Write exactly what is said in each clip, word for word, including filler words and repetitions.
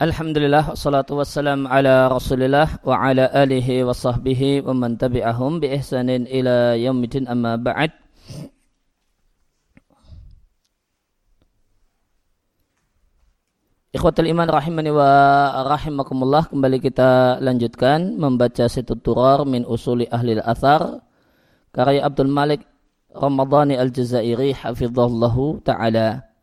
Alhamdulillah, wassalatu wassalam ala rasulillah wa ala alihi wa sahbihi wa man tabi'ahum bi ihsanin ila yaumidin amma ba'd. Ikhwatul iman rahimani wa rahimakumullah, kembali kita lanjutkan membaca Sittut Durar min usuli ahli al-athar karya Abdul Malik Ramadhani al-Jazairi hafizahullahu ta'ala.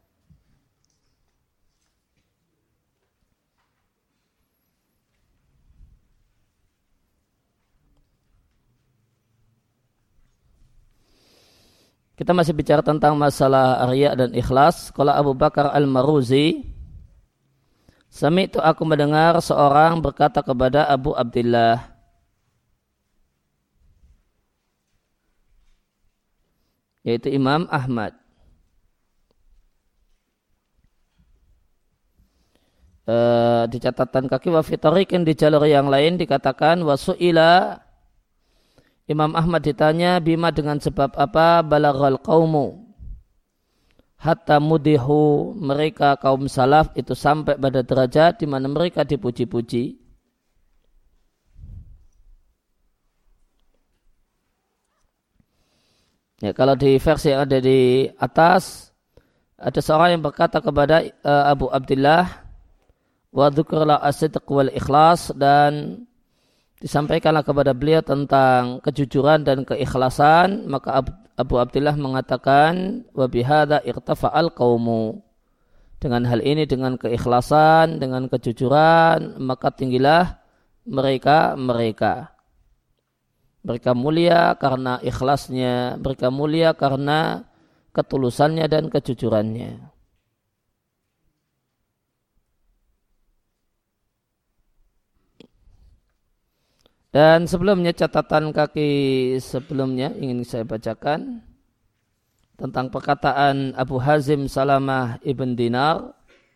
Kita masih bicara tentang masalah riya dan ikhlas. Qala Abu Bakar Al-Maruzi, sami'tu, aku mendengar seorang berkata kepada Abu Abdillah, yaitu Imam Ahmad, e, di catatan kaki wa fi tariqin, di jalur yang lain dikatakan wasu'ila, Imam Ahmad ditanya, bima, dengan sebab apa, balaghal qaumu, hatta mudihu, mereka kaum salaf itu sampai pada derajat di mana mereka dipuji-puji. Ya, kalau di versi yang ada di atas, ada seorang yang berkata kepada uh, Abu Abdillah, wa dzukirla as-sidq wal ikhlas, dan disampaikanlah kepada beliau tentang kejujuran dan keikhlasan. Maka Abu Abdillah mengatakan, wa bihadza irtafa'al qaumu, dengan hal ini, dengan keikhlasan, dengan kejujuran, maka tinggilah mereka mereka mereka mulia karena ikhlasnya, mereka mulia karena ketulusannya dan kejujurannya. Dan sebelumnya, catatan kaki sebelumnya ingin saya bacakan tentang perkataan Abu Hazim Salamah ibn Dinar.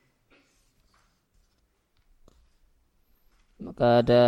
Maka ada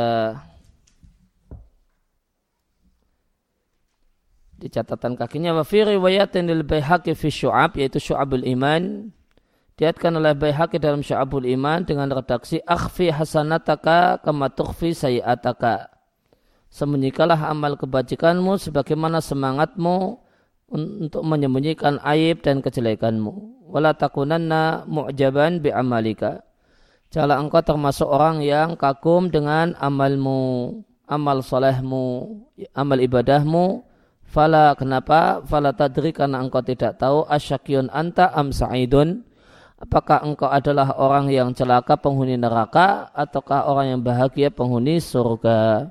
di catatan kakinya, wa fi riwayatin lil Baihaqi fi Syu'ab, yaitu Syu'abul Iman, diatkan oleh Baihaqi dalam Syu'abul Iman dengan redaksi akhfi hasanataka kama tukhfi sayi'ataka, sembunyikanlah amal kebajikanmu sebagaimana semangatmu untuk menyembunyikan aib dan kejelekanmu. Wala takunanna mu'jaban bi amalika, janganlah engkau termasuk orang yang kagum dengan amalmu, amal solehmu, amal ibadahmu. Fala, kenapa? Fala tadri, karena engkau tidak tahu, asyakyun anta am sa'idun, apakah engkau adalah orang yang celaka penghuni neraka ataukah orang yang bahagia penghuni surga.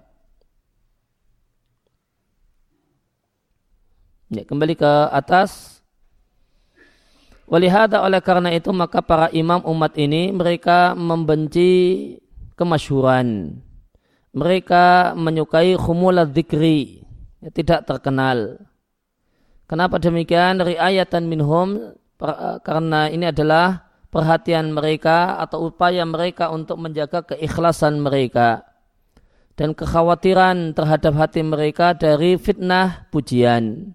Ya, kembali ke atas. Walihada, oleh karena itu maka para imam umat ini mereka membenci kemasyhuran. Mereka menyukai khumulad dzikri, ya, tidak terkenal. Kenapa demikian? Riayatan minhum, karena ini adalah perhatian mereka atau upaya mereka untuk menjaga keikhlasan mereka dan kekhawatiran terhadap hati mereka dari fitnah pujian.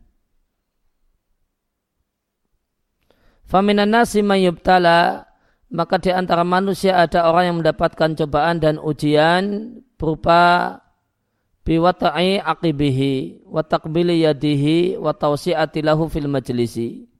Faminan nasi mayyubtala, maka di antara manusia ada orang yang mendapatkan cobaan dan ujian berupa biwata'i aqibihi wa taqbili yadihi wa tawsi'ati lahu fil majlisi.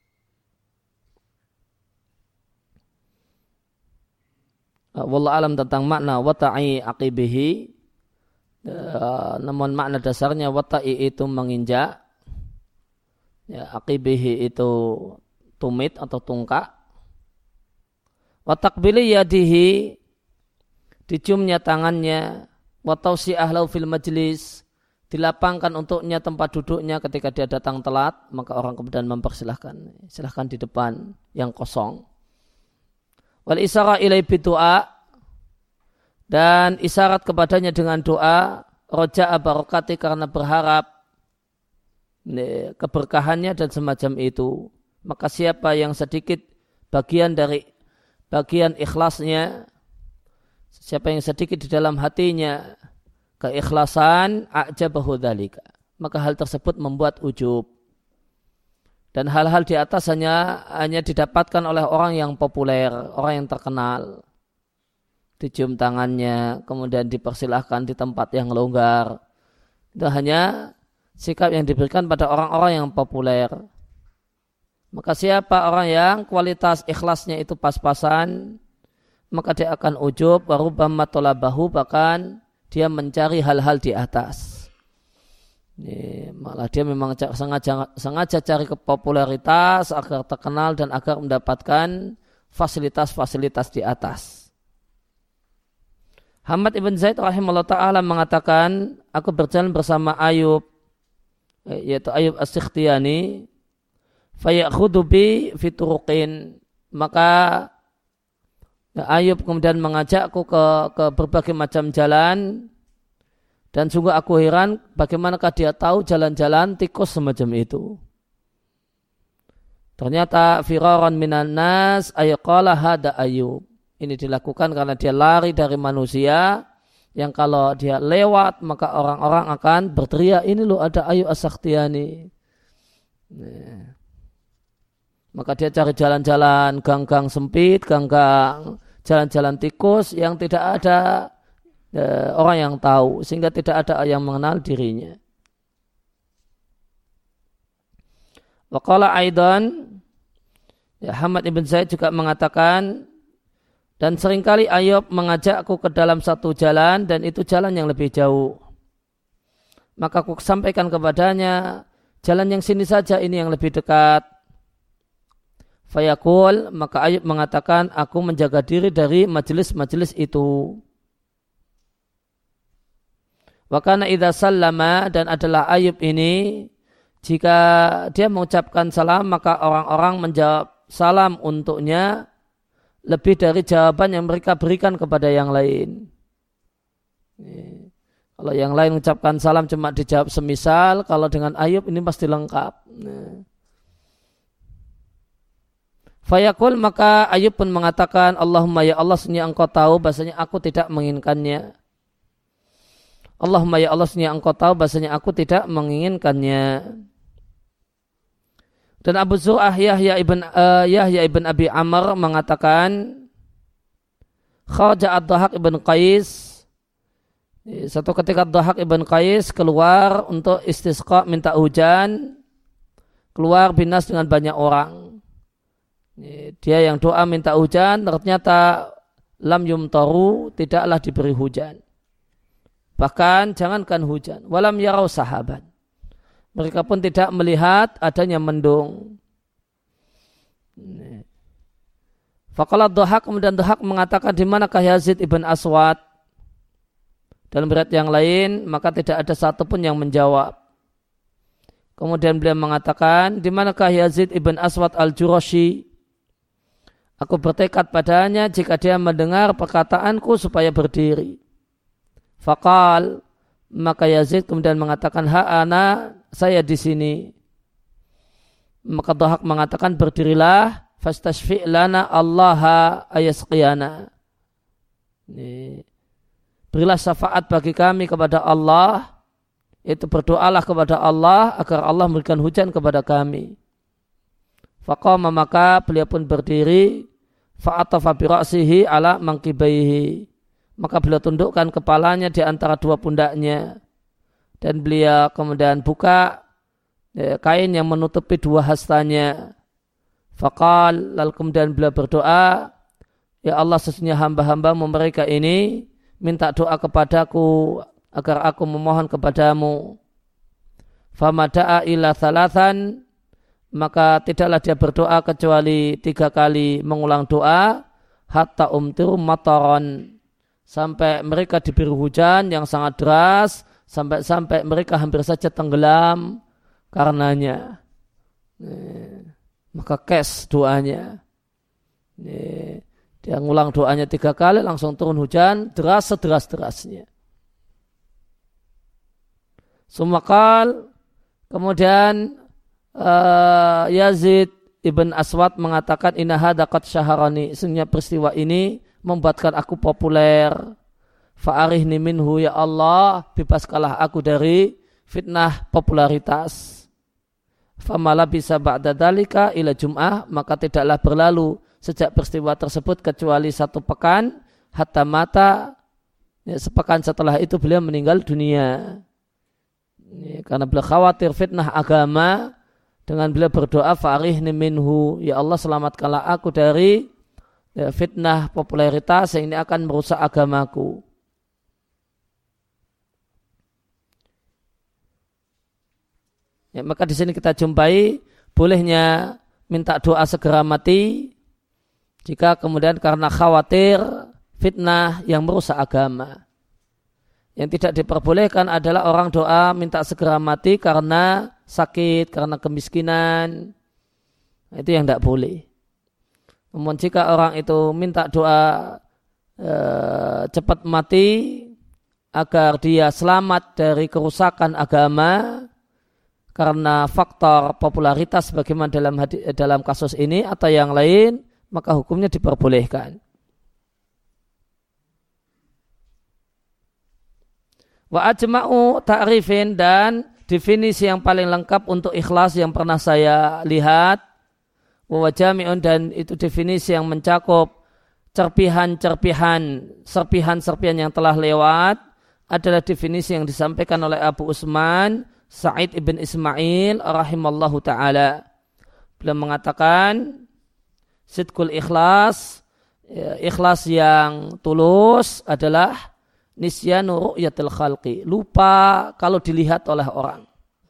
Wallahu alam tentang makna wata'i aqibihi, namun makna dasarnya wata'i itu menginjak, ya, aqibihi itu tumit atau tungkak. Wa taqbili yadihi, diciumnya tangannya. Wa tawsi'ah lahu fil majlis, dilapangkan untuknya tempat duduknya ketika dia datang telat, maka orang kemudian mempersilahkan, silahkan di depan yang kosong. Wal isara ilai bidu'a, dan isyarat kepadanya dengan doa, roja'a barakati, karena berharap keberkahannya dan semacam itu. Maka siapa yang sedikit bagian dari bagian ikhlasnya, siapa yang sedikit di dalam hatinya keikhlasan, a'jabahu dzalika, maka hal tersebut membuat ujub. Dan hal-hal di atas hanya hanya didapatkan oleh orang yang populer, orang yang terkenal. dicium tangannya, kemudian dipersilahkan di tempat yang longgar. Itu hanya sikap yang diberikan pada orang-orang yang populer. Maka siapa orang yang kualitas ikhlasnya itu pas-pasan, maka dia akan ujub, warubamma tolabahu, bahkan dia mencari hal-hal di atas. Ini, malah dia memang sengaja, sengaja cari kepopularitas agar terkenal dan agar mendapatkan fasilitas-fasilitas di atas. Hamad ibn Zaid rahimahullah ta'ala mengatakan, aku berjalan bersama Ayub, yaitu Ayub as-Sikhtiyani, fayakhudhu bi fituruqin, maka Ayub kemudian mengajakku ke, ke berbagai macam jalan, dan sungguh aku heran bagaimanakah dia tahu jalan-jalan tikus semacam itu. Ternyata firaran minan nas ayqala hada Ayub. Ini dilakukan karena dia lari dari manusia yang kalau dia lewat maka orang-orang akan berteriak, ini loh ada Ayub as-Sikhtiyani. Nah. Maka dia cari jalan-jalan gang-gang sempit, gang-gang jalan-jalan tikus yang tidak ada e, orang yang tahu, sehingga tidak ada yang mengenal dirinya. Wa qala aidan, ya, Hamad ibn Zaid juga mengatakan, dan seringkali Ayub mengajakku ke dalam satu jalan dan itu jalan yang lebih jauh. Maka aku sampaikan kepadanya, jalan yang sini saja, ini yang lebih dekat. Fayaqul, maka Ayub mengatakan, aku menjaga diri dari majelis-majelis itu. Wa kana idza sallama, dan adalah Ayub ini jika dia mengucapkan salam maka orang-orang menjawab salam untuknya lebih dari jawaban yang mereka berikan kepada yang lain. Kalau yang lain mengucapkan salam cuma dijawab semisal, kalau dengan Ayub ini pasti lengkap. Nah. Fayaqul, maka Ayub pun mengatakan, Allahumma ya Allah, sesungguhnya engkau tahu bahasanya aku tidak menginginkannya. Allahumma ya Allah, sesungguhnya engkau tahu bahasanya aku tidak menginginkannya. Dan Abu Zur'ah Yahya ibn uh, Yahya ibn Abi Amr mengatakan, kharaja ad-Dhahak ibn Qais. Satu ketika ad-Dhahak ibn Qais keluar untuk istisqa, minta hujan, keluar binas dengan banyak orang. Dia yang doa minta hujan, ternyata lam yumtaru, tidaklah diberi hujan. Bahkan jangankan hujan, walam yarau sahaban, mereka pun tidak melihat adanya mendung. Faqala Dhahak, kemudian Dhahak mengatakan, di manakah Yazid ibn Aswad? Dalam riwayat yang lain, maka tidak ada satupun yang menjawab. Kemudian beliau mengatakan, di manakah Yazid ibn Aswad al-Jurashi? Aku bertekad padanya jika dia mendengar perkataanku supaya berdiri. Faqal, maka Yazid kemudian mengatakan, ha'ana, saya di sini. Maka Dhahak mengatakan, berdirilah, fastashfi' lana Allaha ayasqiyana. Berilah syafaat bagi kami kepada Allah, itu berdoalah kepada Allah agar Allah memberikan hujan kepada kami. Faqama, maka beliau pun berdiri, fa'atafa bi ra'sihi ala mangkibaihi, maka beliau tundukkan kepalanya di antara dua pundaknya, dan beliau kemudian buka ya, kain yang menutupi dua hastanya. Faqal, lalu kemudian beliau berdoa, ya Allah, sesungguhnya hamba-hambamu mereka ini minta doa kepadaku agar aku memohon kepadamu. Famada'a ila thalathan, maka tidaklah dia berdoa kecuali tiga kali mengulang doa, hatta umtiru mataron, sampai mereka diberi hujan yang sangat deras, sampai-sampai mereka hampir saja tenggelam karenanya. Maka kes doanya. Dia ngulang doanya tiga kali, langsung turun hujan deras sederas-derasnya. Sumakal, kemudian Uh, Yazid ibn Aswad mengatakan, inna hadza qad syaharani, sesungguhnya peristiwa ini membuatkan aku populer. Fa'arihni minhu ya Allah, bebaskanlah aku dari fitnah popularitas. Famala bisa ba'da dalika ila jum'ah, maka tidaklah berlalu sejak peristiwa tersebut kecuali satu pekan, hatta mata, ya, sepekan setelah itu beliau meninggal dunia. Ya, karena beliau khawatir fitnah agama, dengan beliau berdoa fa'arihni minhu, ya Allah selamatkanlah aku dari ya, fitnah popularitas yang ini akan merusak agamaku. Ya, maka di sini kita jumpai bolehnya minta doa segera mati jika kemudian karena khawatir fitnah yang merusak agama. Yang tidak diperbolehkan adalah orang doa minta segera mati karena sakit, karena kemiskinan. Itu yang tidak boleh. Namun jika orang itu minta doa e, cepat mati agar dia selamat dari kerusakan agama karena faktor popularitas bagaimana dalam hadi, dalam kasus ini atau yang lain, maka hukumnya diperbolehkan. Wa ajma'u ta'rifin, dan definisi yang paling lengkap untuk ikhlas yang pernah saya lihat, wa jami'un, dan itu definisi yang mencakup cerpihan-cerpihan, serpihan-serpihan yang telah lewat, adalah definisi yang disampaikan oleh Abu Utsman Sa'id ibn Ismail rahimallahu ta'ala. Beliau mengatakan sidqul ikhlas, ikhlas yang tulus adalah nisyanu ru'yatil khalqi, lupa kalau dilihat oleh orang.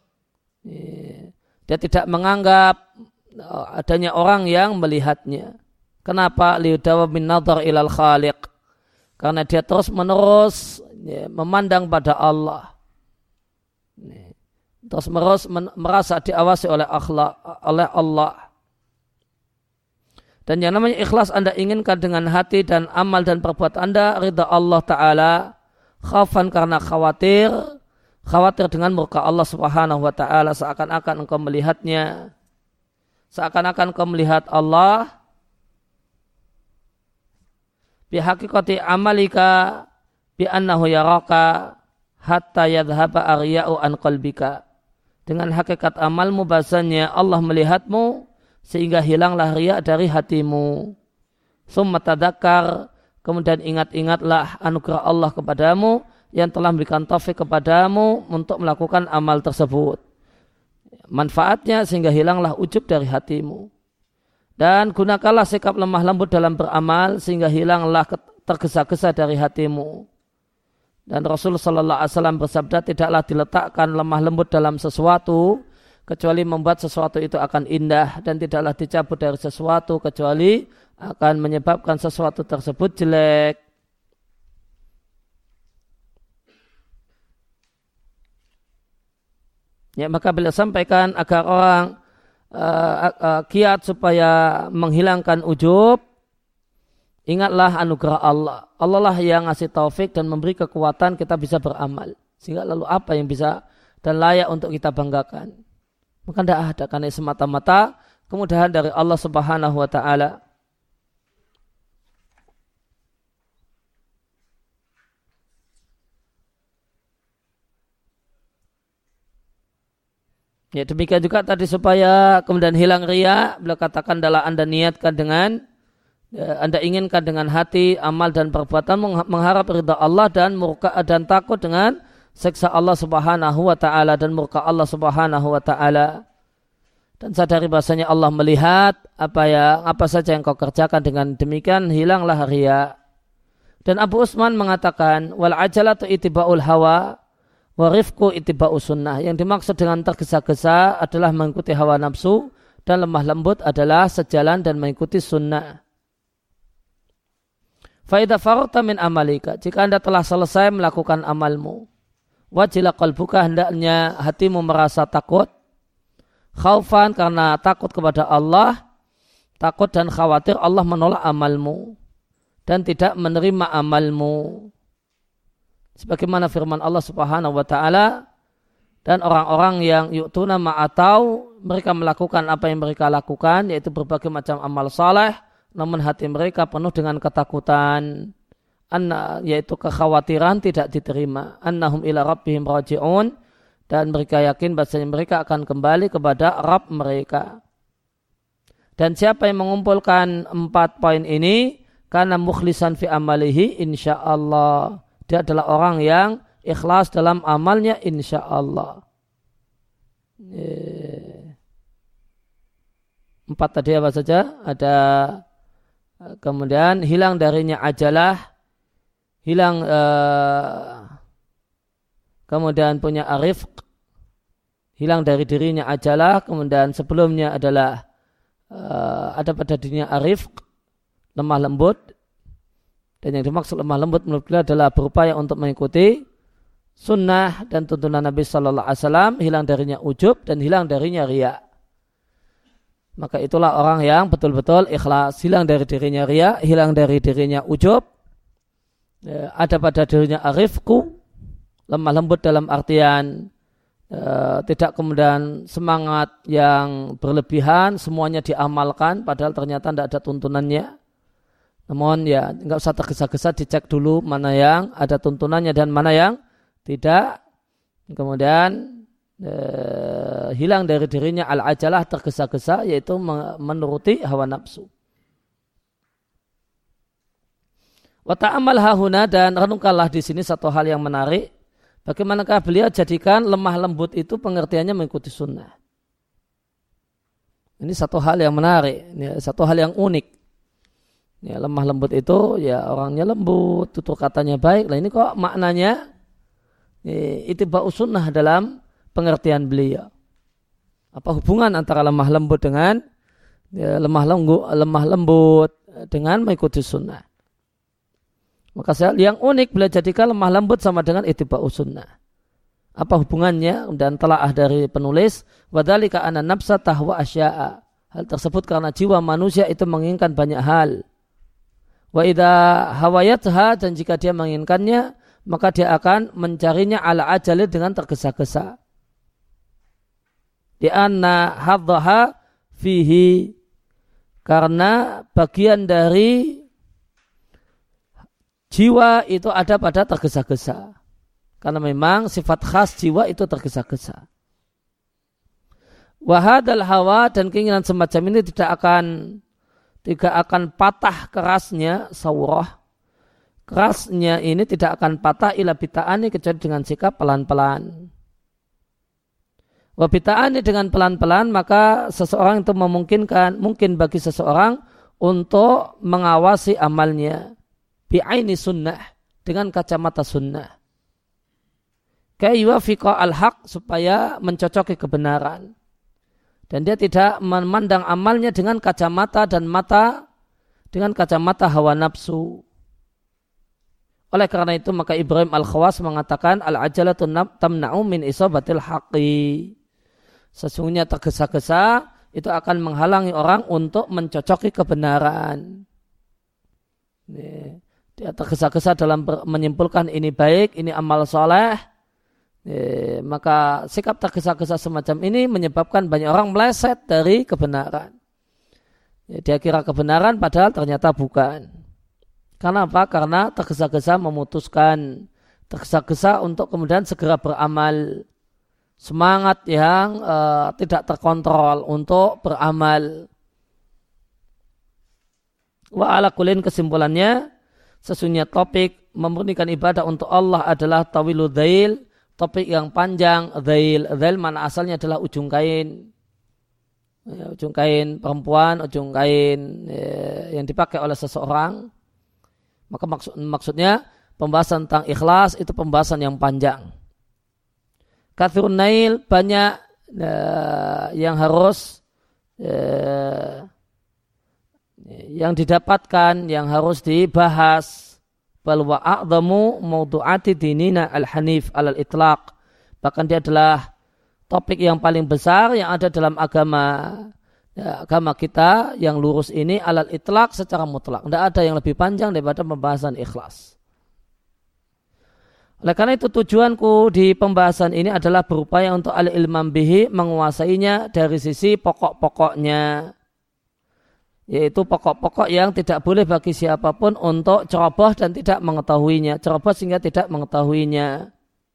Dia tidak menganggap adanya orang yang melihatnya. Kenapa? Liudawa min nadhar ilal khaliq, karena dia terus menerus ya, memandang pada Allah, terus menerus merasa diawasi oleh akhlak oleh Allah. Dan yang namanya ikhlas Anda inginkan dengan hati dan amal dan perbuatan Anda ridha Allah Ta'ala, khafan karena khawatir, khawatir dengan murka Allah Subhanahu wa Ta'ala, seakan-akan engkau melihatnya, seakan-akan engkau melihat Allah. Bihaqikati amalika bi annahu yaraka hatta yadhhaba arya'u an qalbika. Dengan hakikat amalmu bahasanya Allah melihatmu sehingga hilanglah riya dari hatimu. Summa tadzakkar, kemudian ingat-ingatlah anugerah Allah kepadamu yang telah memberikan taufik kepadamu untuk melakukan amal tersebut. Manfaatnya sehingga hilanglah ujub dari hatimu. Dan gunakanlah sikap lemah lembut dalam beramal sehingga hilanglah tergesa-gesa dari hatimu. Dan Rasul sallallahu alaihi wasallam bersabda, tidaklah diletakkan lemah lembut dalam sesuatu kecuali membuat sesuatu itu akan indah, dan tidaklah dicabut dari sesuatu kecuali akan menyebabkan sesuatu tersebut jelek. Ya, maka beliau sampaikan agar orang uh, uh, kiat supaya menghilangkan ujub, ingatlah anugerah Allah. Allah lah yang ngasih taufik dan memberi kekuatan kita bisa beramal. Sehingga lalu apa yang bisa dan layak untuk kita banggakan? Maka tidak ada, karena semata-mata kemudahan dari Allah Subhanahu wa Ta'ala. Ya, demikian juga tadi supaya kemudian hilang riya, beliau katakan adalah Anda niatkan dengan, ya, Anda inginkan dengan hati, amal dan perbuatan mengharap ridha Allah dan murka dan takut dengan siksa Allah Subhanahu wa Ta'ala dan murka Allah Subhanahu wa Ta'ala. Dan sadari bahasanya Allah melihat apa ya apa saja yang kau kerjakan, dengan demikian hilanglah riya. Dan Abu Utsman mengatakan wal ajalatu itiba'ul hawa wa rifqu itiba'u sunnah. Yang dimaksud dengan tergesa-gesa adalah mengikuti hawa nafsu, dan lemah lembut adalah sejalan dan mengikuti sunnah. Fa idza faragta min amalika, jika Anda telah selesai melakukan amalmu, wajila qalbuka, hendaknya hatimu merasa takut, khaufan karena takut kepada Allah, takut dan khawatir Allah menolak amalmu dan tidak menerima amalmu. Sebagaimana firman Allah Subhanahu wa Ta'ala, dan orang-orang yang yu'tuna ma'atau, mereka melakukan apa yang mereka lakukan, yaitu berbagai macam amal saleh, namun hati mereka penuh dengan ketakutan, anna, yaitu kekhawatiran tidak diterima. Annahum ila rabbihim raji'un, dan mereka yakin bahasanya mereka akan kembali kepada Rabb mereka. Dan siapa yang mengumpulkan empat poin ini, kana mukhlisan fi amalihi insyaallah. Dia adalah orang yang ikhlas dalam amalnya insyaallah. Empat tadi apa saja? Ada kemudian hilang darinya ajalah, hilang uh, kemudian punya arifq, hilang dari dirinya ajalah, kemudian sebelumnya adalah uh, ada pada dirinya arifq, lemah lembut, dan yang dimaksud lemah lembut menurut beliau adalah berupaya untuk mengikuti sunnah dan tuntunan Nabi Sallallahu Alaihi Wasallam, hilang darinya ujub dan hilang darinya riya. Maka itulah orang yang betul-betul ikhlas, hilang dari dirinya riya, hilang dari dirinya ujub, ya, ada pada dirinya arifku, lemah lembut dalam artian ya, tidak kemudian semangat yang berlebihan, semuanya diamalkan, padahal ternyata tidak ada tuntunannya. Namun ya nggak usah tergesa-gesa, dicek dulu mana yang ada tuntunannya dan mana yang tidak. Kemudian Eh, hilang dari dirinya al-ajalah, tergesa-gesa, yaitu menuruti hawa nafsu. Wa ta'amal hahuna, dan renungkanlah di sini satu hal yang menarik. Bagaimanakah beliau jadikan lemah lembut itu pengertiannya mengikuti sunnah. Ini satu hal yang menarik, ini satu hal yang unik. Ya, lemah lembut itu ya orangnya lembut, tutur katanya baik. Lah ini kok maknanya ittiba'us sunnah dalam pengertian beliau. Apa hubungan antara lemah lembut dengan ya, lemah lembut, lemah lembut dengan mengikuti sunnah? Maka saya, yang unik beliau jadikan lemah lembut sama dengan ittiba'us sunnah. Apa hubungannya? Dan telaah dari penulis, wadzalika anna nafsa tahwa asya'a. Hal tersebut karena jiwa manusia itu menginginkan banyak hal. Wa idza hawayatha, dan jika dia menginginkannya, maka dia akan mencarinya ala ajali dengan tergesa-gesa. Di anna haddaha fihi, karena bagian dari jiwa itu ada pada tergesa-gesa, karena memang sifat khas jiwa itu tergesa-gesa. Wahadal hawa, dan keinginan semacam ini tidak akan tidak akan patah kerasnya sawrah, kerasnya ini tidak akan patah ila bita'ani, kecuali dengan sikap pelan-pelan. Wabita'ani, dengan pelan-pelan, maka seseorang itu memungkinkan, mungkin bagi seseorang untuk mengawasi amalnya bi'aini sunnah, dengan kacamata sunnah. Kayuwafiqa al-haq, supaya mencocoki kebenaran. Dan dia tidak memandang amalnya dengan kacamata dan mata, dengan kacamata hawa nafsu. Oleh karena itu maka Ibrahim Al-Khawas mengatakan al-ajalatu tamna'u min isabatil haqqi. Sesungguhnya tergesa-gesa itu akan menghalangi orang untuk mencocoki kebenaran. Dia tergesa-gesa dalam menyimpulkan ini baik, ini amal soleh. Maka sikap tergesa-gesa semacam ini menyebabkan banyak orang meleset dari kebenaran. Dia kira kebenaran padahal ternyata bukan. Karena apa? Karena tergesa-gesa memutuskan, tergesa-gesa untuk kemudian segera beramal. Semangat yang uh, tidak terkontrol untuk beramal. Wa ala kulin, kesimpulannya, sesungguhnya topik memurnikan ibadah untuk Allah adalah tawilu dhail, topik yang panjang. Dhail, dhail mana asalnya adalah ujung kain, ya, ujung kain perempuan, ujung kain ya, yang dipakai oleh seseorang. Maka maksud, maksudnya pembahasan tentang ikhlas itu pembahasan yang panjang. Kathirun nail, banyak uh, yang harus uh, yang didapatkan, yang harus dibahas. Bal wa a'dhamu mawdu'ati dinina al-hanif alal itlaq. Bahkan dia adalah topik yang paling besar yang ada dalam agama ya, agama kita yang lurus ini alal itlaq secara mutlak. Tidak ada yang lebih panjang daripada pembahasan ikhlas. Oleh karena itu tujuanku di pembahasan ini adalah berupaya untuk al-ilmam bihi, menguasainya dari sisi pokok-pokoknya. Yaitu pokok-pokok yang tidak boleh bagi siapapun untuk ceroboh dan tidak mengetahuinya. Ceroboh sehingga tidak mengetahuinya.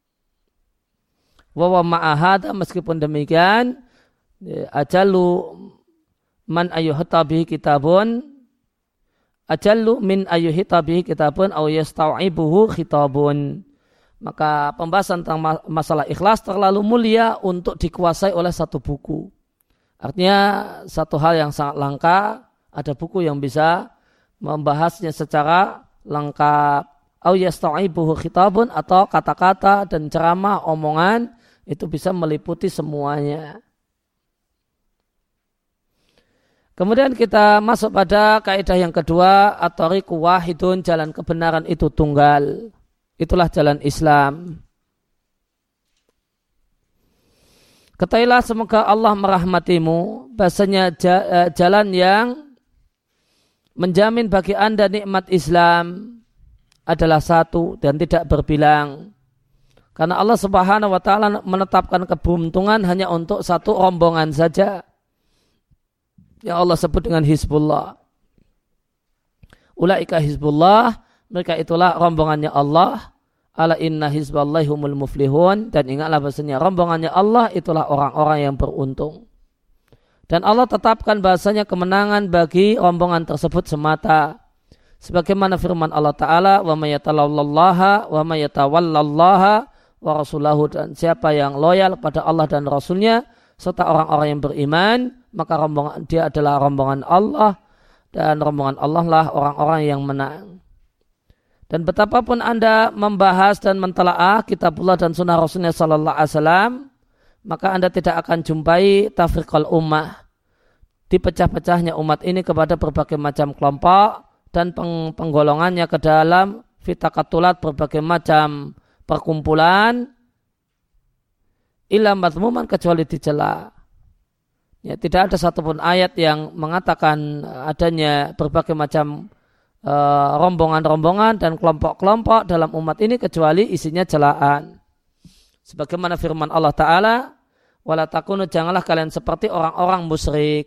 Wa wa ma'ahada, meskipun demikian, ajalu man ayyuhta bihi kitabun ajallu min ayyuhita bihi kitabun aw yastau'ibuhu khitabun. Maka pembahasan tentang masalah ikhlas terlalu mulia untuk dikuasai oleh satu buku. Artinya satu hal yang sangat langka, ada buku yang bisa membahasnya secara lengkap. Aw yastau'ibuhu khitabun, atau kata-kata dan ceramah, omongan itu bisa meliputi semuanya. Kemudian kita masuk pada kaidah yang kedua, at-thariqu wahidun, jalan kebenaran itu tunggal. Itulah jalan Islam. Ketahuilah semoga Allah merahmatimu, bahasanya jalan yang menjamin bagi Anda nikmat Islam adalah satu dan tidak berbilang. Karena Allah Subhanahu wa taala menetapkan keberuntungan hanya untuk satu rombongan saja, yang Allah sebut dengan Hizbullah. Ulaika Hizbullah, mereka itulah rombongannya Allah. Ala inna hizballahi humul muflihun, dan ingatlah bahasanya rombongannya Allah itulah orang-orang yang beruntung. Dan Allah tetapkan bahasanya kemenangan bagi rombongan tersebut semata. Sebagaimana firman Allah Ta'ala, wa may yatawallallaha wa may yatawallallaha wa rasulahu, dan siapa yang loyal pada Allah dan Rasulnya serta orang-orang yang beriman, maka rombongan dia adalah rombongan Allah, dan rombongan Allah lah orang-orang yang menang. Dan betapapun Anda membahas dan mentelaah kitabullah dan sunnah Rasulnya sallallahu alaihi wasallam, maka Anda tidak akan jumpai tafriqal ummah, dipecah-pecahnya umat ini kepada berbagai macam kelompok dan peng- penggolongannya ke dalam fitakatulat, berbagai macam perkumpulan, illa madhmuman, kecuali dicela. Ya, tidak ada satupun ayat yang mengatakan adanya berbagai macam uh, rombongan-rombongan dan kelompok-kelompok dalam umat ini kecuali isinya celaan. Sebagaimana firman Allah Ta'ala, wala takunu, janganlah kalian seperti orang-orang musyrik.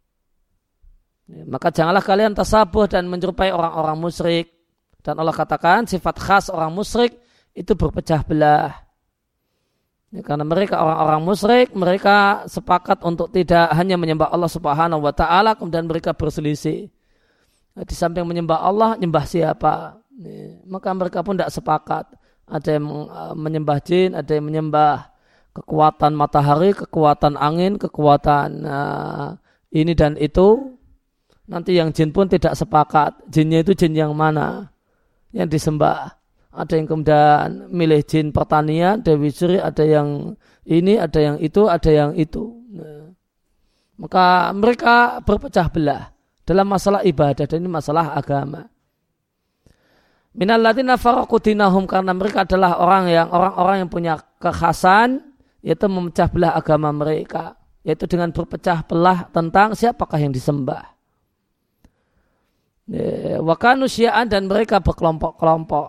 Ya, maka janganlah kalian tasabuh dan menyerupai orang-orang musyrik. Dan Allah katakan sifat khas orang musyrik itu berpecah belah. Ya, karena mereka orang-orang musyrik, mereka sepakat untuk tidak hanya menyembah Allah Subhanahu wa taala, kemudian mereka berselisih. Nah, di samping menyembah Allah, nyembah siapa? Ya, maka mereka pun tidak sepakat. Ada yang menyembah jin, ada yang menyembah kekuatan matahari, kekuatan angin, kekuatan uh, ini dan itu. Nanti yang jin pun tidak sepakat. Jinnya itu jin yang mana yang disembah. Ada yang kemudian milih jin pertanian, Dewi Sri, ada yang ini, ada yang itu, ada yang itu. Nah, maka mereka berpecah belah dalam masalah ibadah, dan ini masalah agama. Minal ladzina farraqu dinahum, karena mereka adalah orang yang orang-orang yang punya kekhasan, yaitu memecah belah agama mereka, yaitu dengan berpecah belah tentang siapakah yang disembah. Wa kanu syi'an, dan mereka berkelompok-kelompok.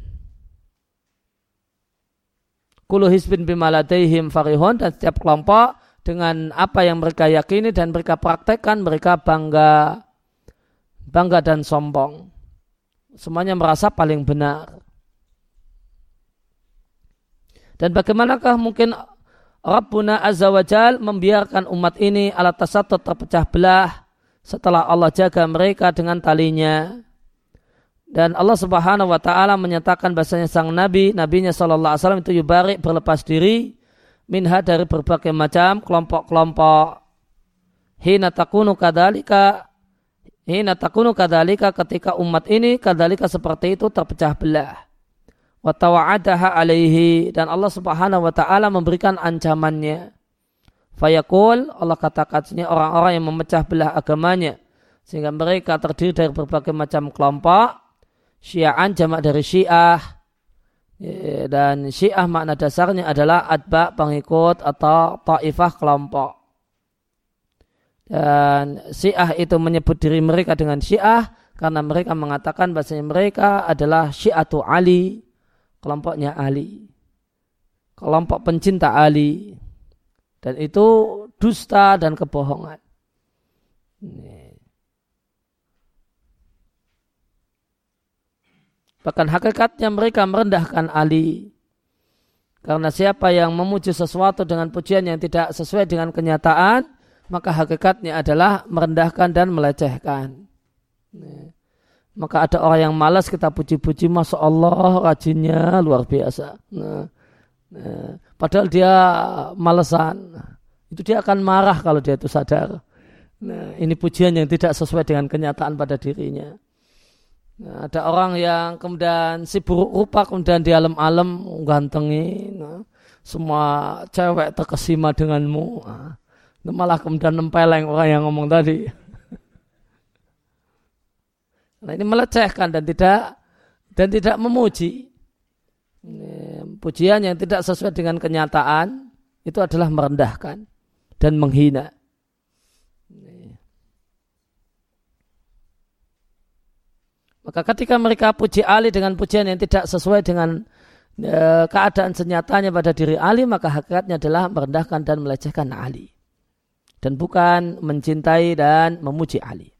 Kullu hizbin bima ladaihim farihun, dan setiap kelompok dengan apa yang mereka yakini dan mereka praktekkan, mereka bangga bangga dan sombong. Semuanya merasa paling benar. Dan bagaimanakah mungkin Rabbuna Azza wa Jal membiarkan umat ini ala tasattut, terpecah belah, setelah Allah jaga mereka dengan talinya. Dan Allah Subhanahu wa taala menyatakan bahasanya sang nabi, nabinya sallallahu alaihi wasallam itu yubarik, berlepas diri minha, dari berbagai macam kelompok-kelompok. Hina takunu kadzalika, hina takunu kadzalika, ketika umat ini kadzalika seperti itu terpecah belah. Wa tawa'adaha alaihi, dan Allah Subhanahu wa taala memberikan ancamannya. Fayaqul, Allah katakan orang-orang yang memecah belah agamanya sehingga mereka terdiri dari berbagai macam kelompok. Syi'an jamak dari syiah, dan syiah makna dasarnya adalah atba, pengikut, atau ta'ifah, kelompok. Dan syiah itu menyebut diri mereka dengan syiah karena mereka mengatakan bahasanya mereka adalah syiatu Ali, kelompoknya Ali, kelompok pencinta Ali, dan itu dusta dan kebohongan. Bahkan hakikatnya mereka merendahkan Ali. Karena siapa yang memuji sesuatu dengan pujian yang tidak sesuai dengan kenyataan, maka hakikatnya adalah merendahkan dan melecehkan. Maka ada orang yang malas kita puji-puji, Masya Allah rajinnya luar biasa. Nah, nah, padahal dia malesan. Itu dia akan marah kalau dia itu sadar. Nah, ini pujian yang tidak sesuai dengan kenyataan pada dirinya. Nah, ada orang yang kemudian si buruk rupa kemudian di alam-alam gantengi. Nah, semua cewek terkesima denganmu. Nah, malah kemudian nempeleng orang yang ngomong tadi. Nah, ini melecehkan dan tidak dan tidak memuji. Ini, pujian yang tidak sesuai dengan kenyataan itu adalah merendahkan dan menghina. Ini. Maka ketika mereka puji Ali dengan pujian yang tidak sesuai dengan e, keadaan senyatanya pada diri Ali, maka hakikatnya adalah merendahkan dan melecehkan Ali. Dan bukan mencintai dan memuji Ali.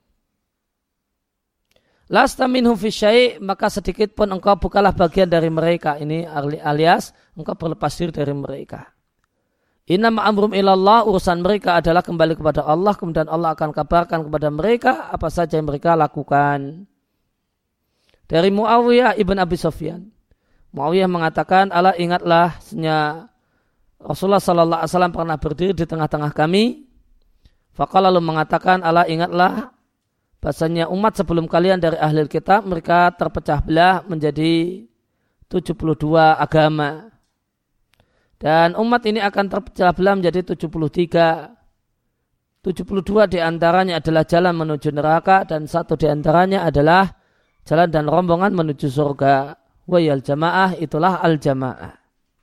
Lasta minhum fi syai', maka sedikit pun engkau bukanlah bagian dari mereka. Ini alias engkau berlepas diri dari mereka. Innama amrum ilallah, urusan mereka adalah kembali kepada Allah, kemudian Allah akan kabarkan kepada mereka apa saja yang mereka lakukan. Dari Muawiyah ibn Abi Sufyan. Muawiyah mengatakan, ala ingatlah senya Rasulullah sallallahu alaihi wasallam pernah berdiri di tengah-tengah kami. Faqala lalu mengatakan, ala ingatlah bahasanya umat sebelum kalian dari ahli kitab mereka terpecah belah menjadi tujuh puluh dua agama. Dan umat ini akan terpecah belah menjadi tujuh puluh tiga. tujuh puluh dua diantaranya adalah jalan menuju neraka dan satu diantaranya adalah jalan dan rombongan menuju surga. Wayal jamaah, itulah al jamaah.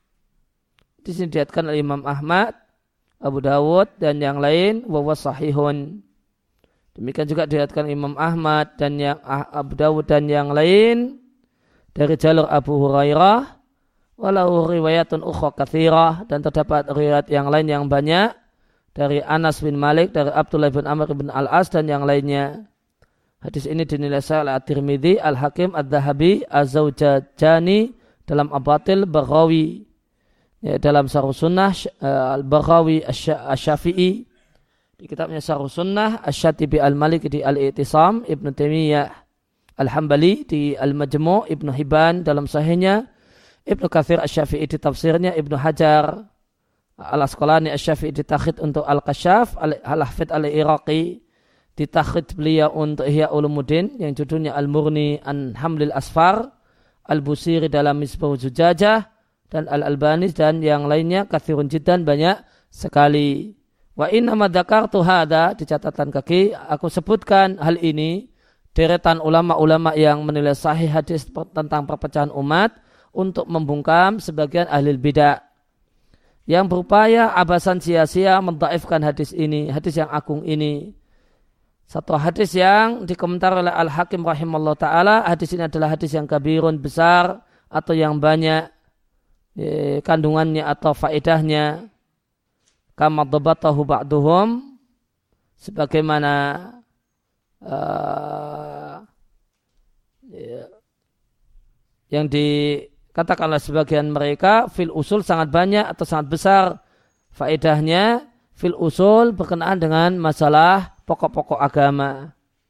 Di sini diriwayatkan oleh Imam Ahmad, Abu Dawud dan yang lain wa sahihun. Demikian juga diriwayatkan Imam Ahmad dan yang Abu Dawud dan yang lain dari jalur Abu Hurairah, walau riwayatun ukhra katsirah, dan terdapat riwayat yang lain yang banyak dari Anas bin Malik, dari Abdullah bin Amr bin Al-As dan yang lainnya. Hadis ini dinilai sahih oleh At-Tirmidzi, Al-Hakim, Adz-Dzahabi, Az-Zawjajani dalam Abatil Baghawi, ya, dalam Syarh Sunnah Al-Baghawi Asy-Syafi'i di kitabnya Syarh Sunnah, Asy-Syatibi Al-Maliki di Al-I'tisam, Ibnu Taimiyah Al-Hambali di Al-Majmu', Ibnu Hibban dalam sahihnya, Ibnu Katsir Asy-Syafi'i di tafsirnya, Ibnu Hajar Al-Asqalani Asy-Syafi'i di takhid untuk Al-Kasyaf, Al-Hafidz Al-Iraqi di takhid beliau untuk Ihya Ulumuddin yang judulnya Al-Mughni an Hamlil Asfar, Al-Busiri dalam Misbah Zujajah, dan Al-Albani dan yang lainnya katsirun jiddan, banyak sekali. Wa inna ma dzakartu hadza, di catatan kaki aku sebutkan hal ini, deretan ulama-ulama yang menilai sahih hadis tentang perpecahan umat untuk membungkam sebagian ahli bidah yang berupaya abasan sia-sia mendhaifkan hadis ini, hadis yang agung ini. Satu hadis yang dikomentar oleh Al-Hakim rahimallahu taala, hadis ini adalah hadis yang kabirun, besar atau yang banyak eh, kandungannya atau faedahnya. Kama dhabatahu ba'duhum, sebagaimana uh, ya, yang dikatakan oleh sebagian mereka, fil usul sangat banyak atau sangat besar faedahnya, fil usul berkenaan dengan masalah pokok-pokok agama.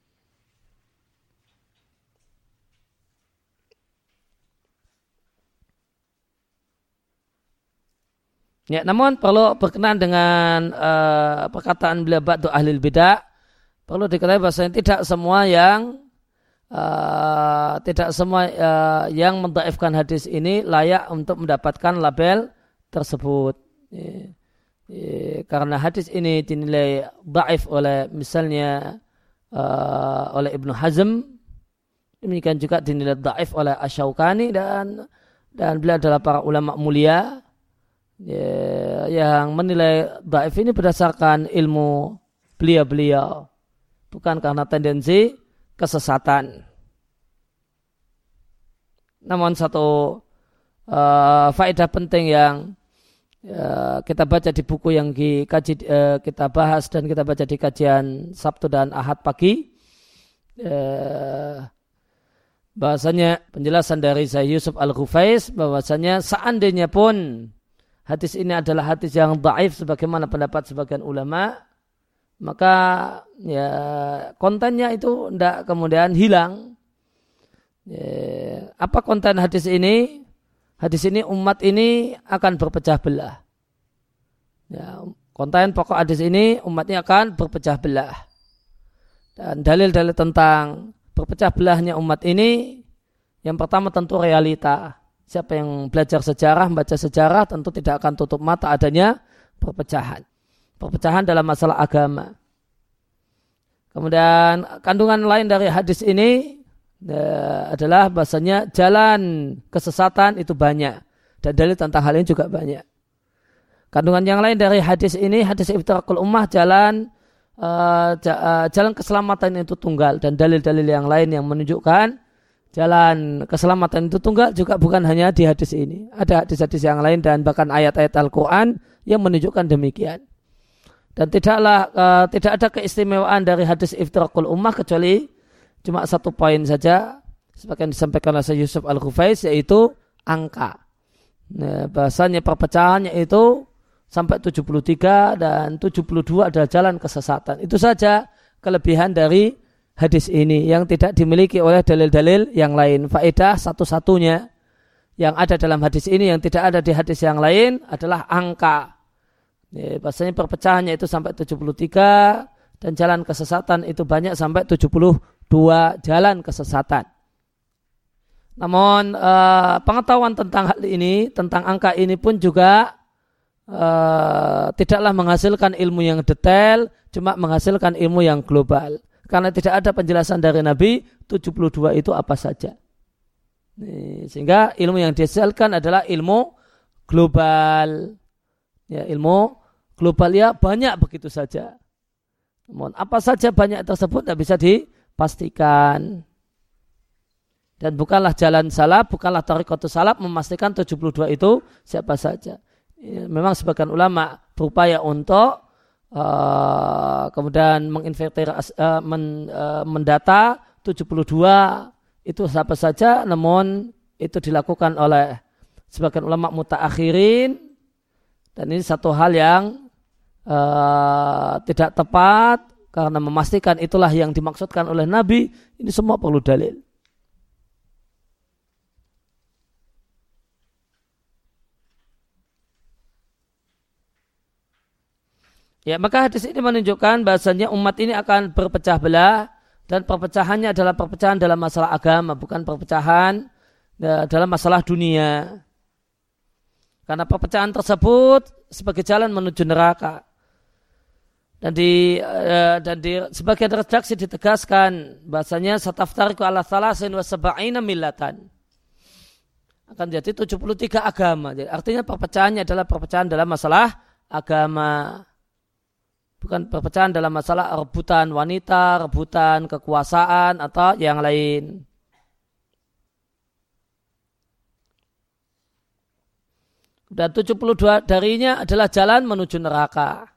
Ya, namun perlu berkenaan dengan uh, perkataan beliau ba'du ahlil bidah, perlu diketahui bahwasanya tidak semua yang uh, tidak semua uh, yang mendhaifkan hadis ini layak untuk mendapatkan label tersebut. Ya, ya, karena hadis ini dinilai dhaif oleh misalnya uh, oleh Ibnu Hazm, demikian juga dinilai dhaif oleh Asy-Syaukani dan dan beliau adalah para ulama mulia. Ya, yang menilai dhaif ini berdasarkan ilmu beliau-beliau, bukan karena tendensi kesesatan. Namun satu uh, faedah penting yang uh, kita baca di buku yang dikaji, uh, kita bahas dan kita baca di kajian Sabtu dan Ahad pagi, uh, bahasanya penjelasan dari Syekh Yusuf Al-Ghufais bahwasanya seandainya pun hadis ini adalah hadis yang dhaif sebagaimana pendapat sebagian ulama, maka ya kontennya itu tidak kemudian hilang, Ya, apa konten hadis ini? Hadis ini umat ini akan berpecah belah. Ya, konten pokok hadis ini umatnya akan berpecah belah. Dan dalil-dalil tentang berpecah belahnya umat ini, yang pertama tentu realita. Siapa yang belajar sejarah, membaca sejarah tentu tidak akan tutup mata adanya perpecahan. Perpecahan dalam masalah agama. Kemudian kandungan lain dari hadis ini ya, adalah bahasanya jalan kesesatan itu banyak. Dan dalil tentang hal ini juga banyak. Kandungan yang lain dari hadis ini, hadis iftirakul ummah, jalan Uh, jalan keselamatan itu tunggal, dan dalil-dalil yang lain yang menunjukkan jalan keselamatan itu tunggal juga bukan hanya di hadis ini. Ada hadis-hadis yang lain dan bahkan ayat-ayat Al-Quran yang menunjukkan demikian. Dan tidaklah uh, tidak ada keistimewaan dari hadis iftirakul ummah kecuali cuma satu poin saja, seperti yang disampaikan oleh Syekh Yusuf Al-Khufais, yaitu angka. Nah, bahasanya perpecahannya itu sampai tujuh puluh tiga dan tujuh puluh dua adalah jalan kesesatan. Itu saja kelebihan dari hadis ini yang tidak dimiliki oleh dalil-dalil yang lain. Faedah satu-satunya yang ada dalam hadis ini yang tidak ada di hadis yang lain adalah angka. Ya, bahasanya perpecahannya itu sampai tujuh puluh tiga dan jalan kesesatan itu banyak sampai tujuh puluh dua jalan kesesatan. Namun eh, pengetahuan tentang hal ini, tentang angka ini pun juga Uh, tidaklah menghasilkan ilmu yang detail, cuma menghasilkan ilmu yang global. Karena tidak ada penjelasan dari Nabi tujuh puluh dua itu apa saja. Nih, sehingga ilmu yang dihasilkan adalah ilmu global. Ya, ilmu global ya banyak begitu saja. Namun apa saja banyak tersebut tidak bisa dipastikan. Dan bukanlah jalan salaf, bukanlah thariqatus salaf memastikan tujuh puluh dua itu siapa saja. Ya, memang sebagian ulama berupaya untuk uh, kemudian menginventarisasi, uh, men, uh, mendata tujuh puluh dua itu siapa saja, namun itu dilakukan oleh sebagian ulama mutaakhirin, dan ini satu hal yang uh, tidak tepat karena memastikan itulah yang dimaksudkan oleh Nabi. Ini semua perlu dalil. Ya, maka hadis ini menunjukkan bahasanya umat ini akan berpecah belah, dan perpecahannya adalah perpecahan dalam masalah agama, bukan perpecahan ya, dalam masalah dunia. Karena perpecahan tersebut sebagai jalan menuju neraka. Dan di uh, dan di sebagian redaksi ditegaskan bahasanya sataftariqu ala thalasin wa sab'ina millatan. Akan jadi tujuh puluh tiga agama. Jadi artinya perpecahannya adalah perpecahan dalam masalah agama. Bukan perpecahan dalam masalah rebutan wanita, rebutan kekuasaan, atau yang lain. Dan tujuh puluh dua darinya adalah jalan menuju neraka.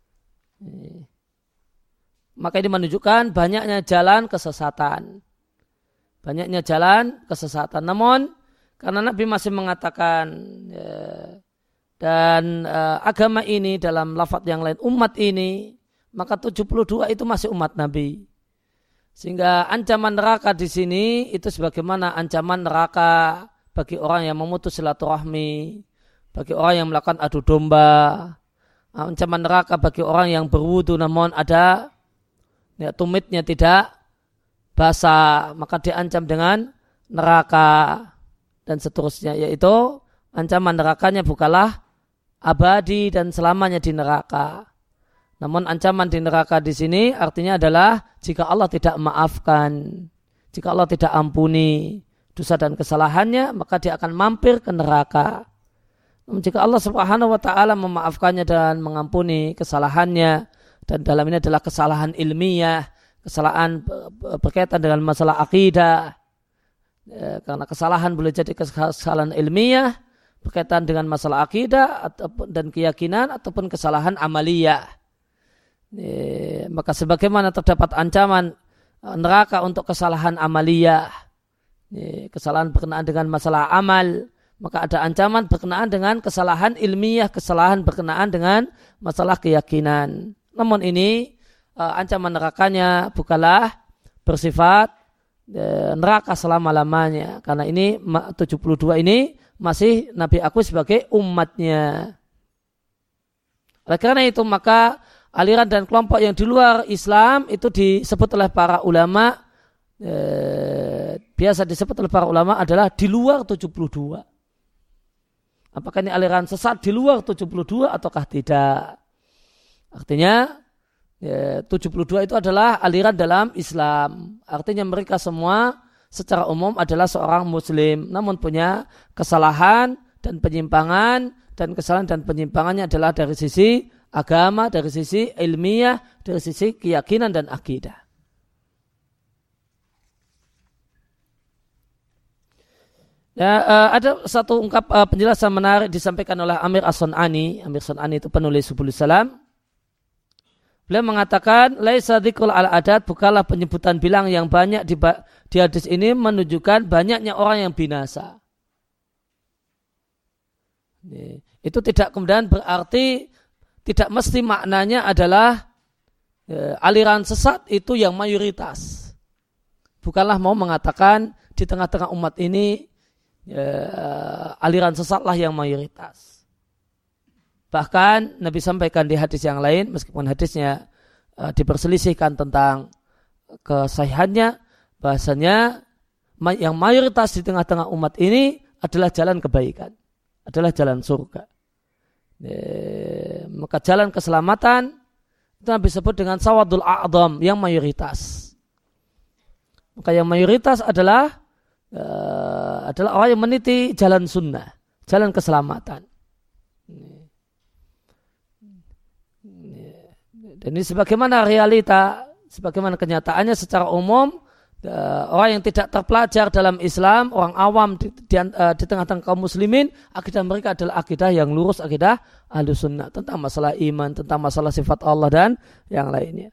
Maka ini menunjukkan banyaknya jalan kesesatan. Banyaknya jalan kesesatan. Namun, karena Nabi masih mengatakan... Ya, dan uh, agama ini dalam lafaz yang lain umat ini, maka tujuh puluh dua itu masih umat Nabi. Sehingga ancaman neraka di sini itu sebagaimana ancaman neraka bagi orang yang memutus silaturahmi, bagi orang yang melakukan adu domba, ancaman neraka bagi orang yang berwudu namun ada ya, tumitnya tidak basah, maka diancam dengan neraka dan seterusnya, yaitu ancaman nerakanya bukanlah abadi dan selamanya di neraka. Namun ancaman di neraka di sini artinya adalah jika Allah tidak maafkan, jika Allah tidak ampuni dosa dan kesalahannya, maka dia akan mampir ke neraka. Namun jika Allah Subhanahu wa taala memaafkannya dan mengampuni kesalahannya, dan dalam ini adalah kesalahan ilmiah, kesalahan berkaitan dengan masalah akidah, ya, karena kesalahan boleh jadi kesalahan ilmiah berkaitan dengan masalah akidah ataupun dan keyakinan ataupun kesalahan amaliyah. E, maka sebagaimana terdapat ancaman neraka untuk kesalahan amaliyah, e, kesalahan berkenaan dengan masalah amal, maka ada ancaman berkenaan dengan kesalahan ilmiah, kesalahan berkenaan dengan masalah keyakinan. Namun ini e, ancaman nerakanya bukanlah bersifat neraka selama-lamanya. Karena ini tujuh puluh dua ini masih Nabi akui sebagai umatnya. Oleh karena itu maka aliran dan kelompok yang di luar Islam itu disebut oleh para ulama, eh, biasa disebut oleh para ulama adalah di luar tujuh puluh dua. Apakah ini aliran sesat di luar tujuh puluh dua ataukah tidak? Artinya ya, tujuh puluh dua itu adalah aliran dalam Islam. Artinya mereka semua secara umum adalah seorang muslim, namun punya kesalahan dan penyimpangan, dan kesalahan dan penyimpangannya adalah dari sisi agama, dari sisi ilmiah, dari sisi keyakinan dan akidah. Ya, uh, ada satu ungkap uh, penjelasan menarik disampaikan oleh Amir As-Sun'ani. Amir As-Sun'ani itu penulis Subul Salam. Beliau mengatakan, laisa dzikrul al-adat, bukanlah penyebutan bilang yang banyak di, di hadis ini menunjukkan banyaknya orang yang binasa. Itu tidak kemudian berarti, tidak mesti maknanya adalah e, aliran sesat itu yang mayoritas. Bukanlah mau mengatakan di tengah-tengah umat ini e, aliran sesatlah yang mayoritas. Bahkan Nabi sampaikan di hadis yang lain, meskipun hadisnya e, diperselisihkan tentang kesahihannya, bahasanya yang mayoritas di tengah-tengah umat ini adalah jalan kebaikan, adalah jalan surga. E, maka jalan keselamatan itu Nabi sebut dengan sawadul a'dham, yang mayoritas. Maka yang mayoritas adalah e, adalah orang yang meniti jalan sunnah, jalan keselamatan. Dan ini sebagaimana realita, sebagaimana kenyataannya secara umum, orang yang tidak terpelajar dalam Islam, orang awam di, di, di tengah-tengah kaum muslimin, akidah mereka adalah akidah yang lurus, akidah Ahlus Sunnah, tentang masalah iman, tentang masalah sifat Allah dan yang lainnya.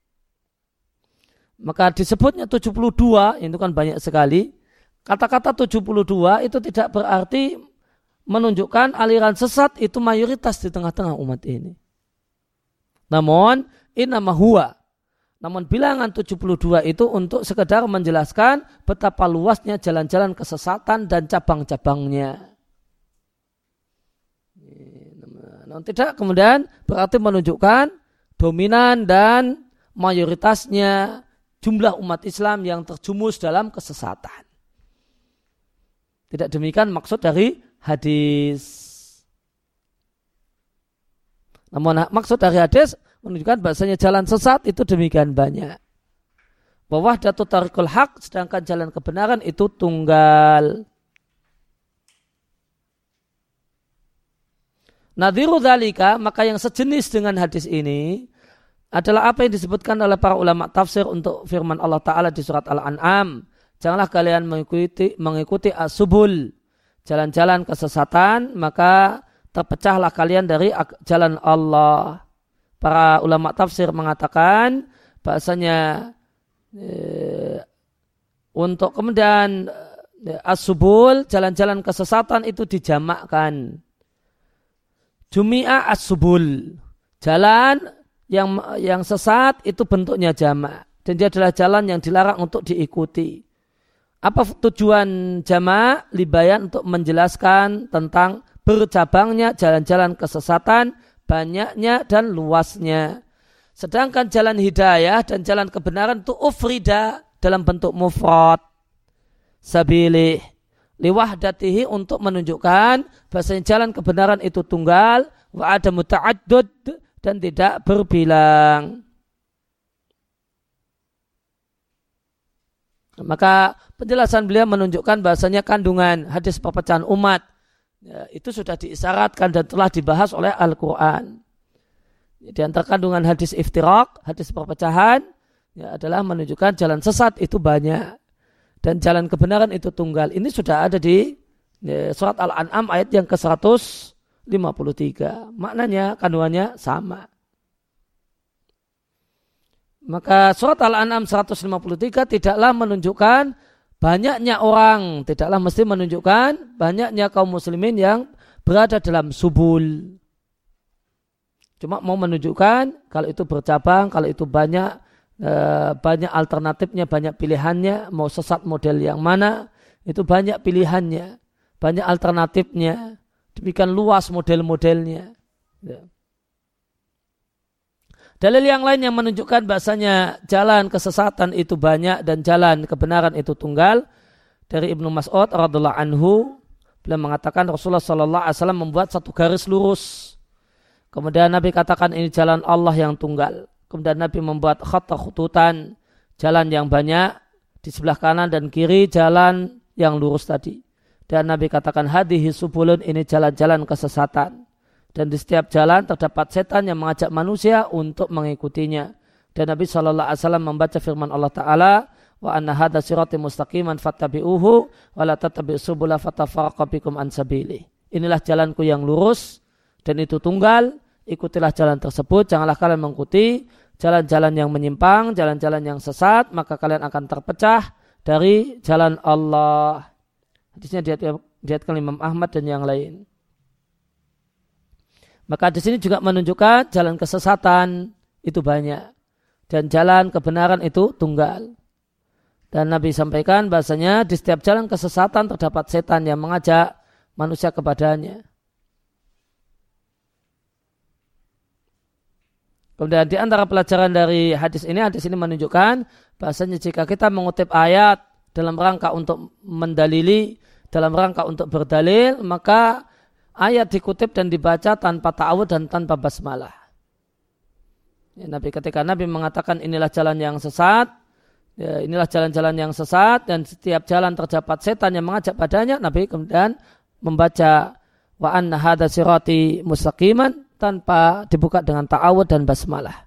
Maka disebutnya tujuh puluh dua, itu kan banyak sekali. Kata-kata tujuh puluh dua itu tidak berarti menunjukkan aliran sesat itu mayoritas di tengah-tengah umat ini. Namun, innama huwa. Namun bilangan tujuh puluh dua itu untuk sekedar menjelaskan betapa luasnya jalan-jalan kesesatan dan cabang-cabangnya. Namun tidak kemudian berarti menunjukkan dominan dan mayoritasnya jumlah umat Islam yang terjumus dalam kesesatan. Tidak demikian maksud dari hadis. Namun maksud dari hadis menunjukkan bahasanya jalan sesat itu demikian banyak. Bahwa wahdatu tariqul haq, sedangkan jalan kebenaran itu tunggal. Nadhiru dzalika, maka yang sejenis dengan hadis ini adalah apa yang disebutkan oleh para ulama tafsir untuk firman Allah Ta'ala di surat Al-An'am. Janganlah kalian mengikuti, mengikuti as-subul, jalan-jalan kesesatan, maka terpecahlah kalian dari jalan Allah. Para ulama tafsir mengatakan bahasanya e, untuk kemudian e, as-subul, jalan-jalan kesesatan itu dijamakkan. Jumi'a as-subul, jalan yang yang sesat itu bentuknya jamak, dan dia adalah jalan yang dilarang untuk diikuti. Apa tujuan jamak? Libayan, untuk menjelaskan tentang bercabangnya jalan-jalan kesesatan, banyaknya dan luasnya. Sedangkan jalan hidayah dan jalan kebenaran itu ufrida dalam bentuk mufrad. Sabilih liwahdatihi, untuk menunjukkan bahasanya jalan kebenaran itu tunggal, wa ada muta'addud, dan tidak berbilang. Maka penjelasan beliau menunjukkan bahasanya kandungan hadis perpecahan umat ya, itu sudah diisyaratkan dan telah dibahas oleh Al-Quran. Di antara kandungan hadis iftiraq, hadis perpecahan, ya, adalah menunjukkan jalan sesat itu banyak dan jalan kebenaran itu tunggal. Ini sudah ada di ya, surat Al-An'am ayat yang ke seratus lima puluh tiga. Maknanya, kandungannya sama. Maka surat Al-An'am seratus lima puluh tiga tidaklah menunjukkan banyaknya orang, tidaklah mesti menunjukkan banyaknya kaum muslimin yang berada dalam subul. Cuma mau menunjukkan kalau itu bercabang, kalau itu banyak, banyak alternatifnya, banyak pilihannya, mau sesat model yang mana, itu banyak pilihannya, banyak alternatifnya, demikian luas model-modelnya. Ya. Dalil yang lain yang menunjukkan bahasanya jalan kesesatan itu banyak dan jalan kebenaran itu tunggal, dari Ibnu Mas'ud radhiyallahu anhu, beliau mengatakan Rasulullah sallallahu alaihi wasallam membuat satu garis lurus. Kemudian Nabi katakan ini jalan Allah yang tunggal. Kemudian Nabi membuat khatta khututan, jalan yang banyak, di sebelah kanan dan kiri jalan yang lurus tadi. Dan Nabi katakan hadhihi subulun, ini jalan-jalan kesesatan. Dan di setiap jalan terdapat setan yang mengajak manusia untuk mengikutinya. Dan Nabi shallallahu alaihi wasallam membaca firman Allah Ta'ala, wa anna hadha sirati mustaqiman fattabi'uhu wa la tattabi'us subula fatafarraqa bikum an sabili. Inilah jalanku yang lurus dan itu tunggal, ikutilah jalan tersebut, janganlah kalian mengikuti jalan-jalan yang menyimpang, jalan-jalan yang sesat, maka kalian akan terpecah dari jalan Allah. Hadisnya diriwayatkan Imam Ahmad dan yang lain. Maka di sini juga menunjukkan jalan kesesatan itu banyak dan jalan kebenaran itu tunggal. Dan Nabi sampaikan bahasanya di setiap jalan kesesatan terdapat setan yang mengajak manusia kepadanya. Kemudian di antara pelajaran dari hadis ini, hadis ini menunjukkan bahasanya jika kita mengutip ayat dalam rangka untuk mendalili, dalam rangka untuk berdalil, maka ayat dikutip dan dibaca tanpa ta'awud dan tanpa basmalah. Ya, Nabi ketika Nabi mengatakan inilah jalan yang sesat, ya, inilah jalan-jalan yang sesat dan setiap jalan terdapat setan yang mengajak padanya, Nabi kemudian membaca wa anna hadza sirati mustaqiman tanpa dibuka dengan ta'awud dan basmalah.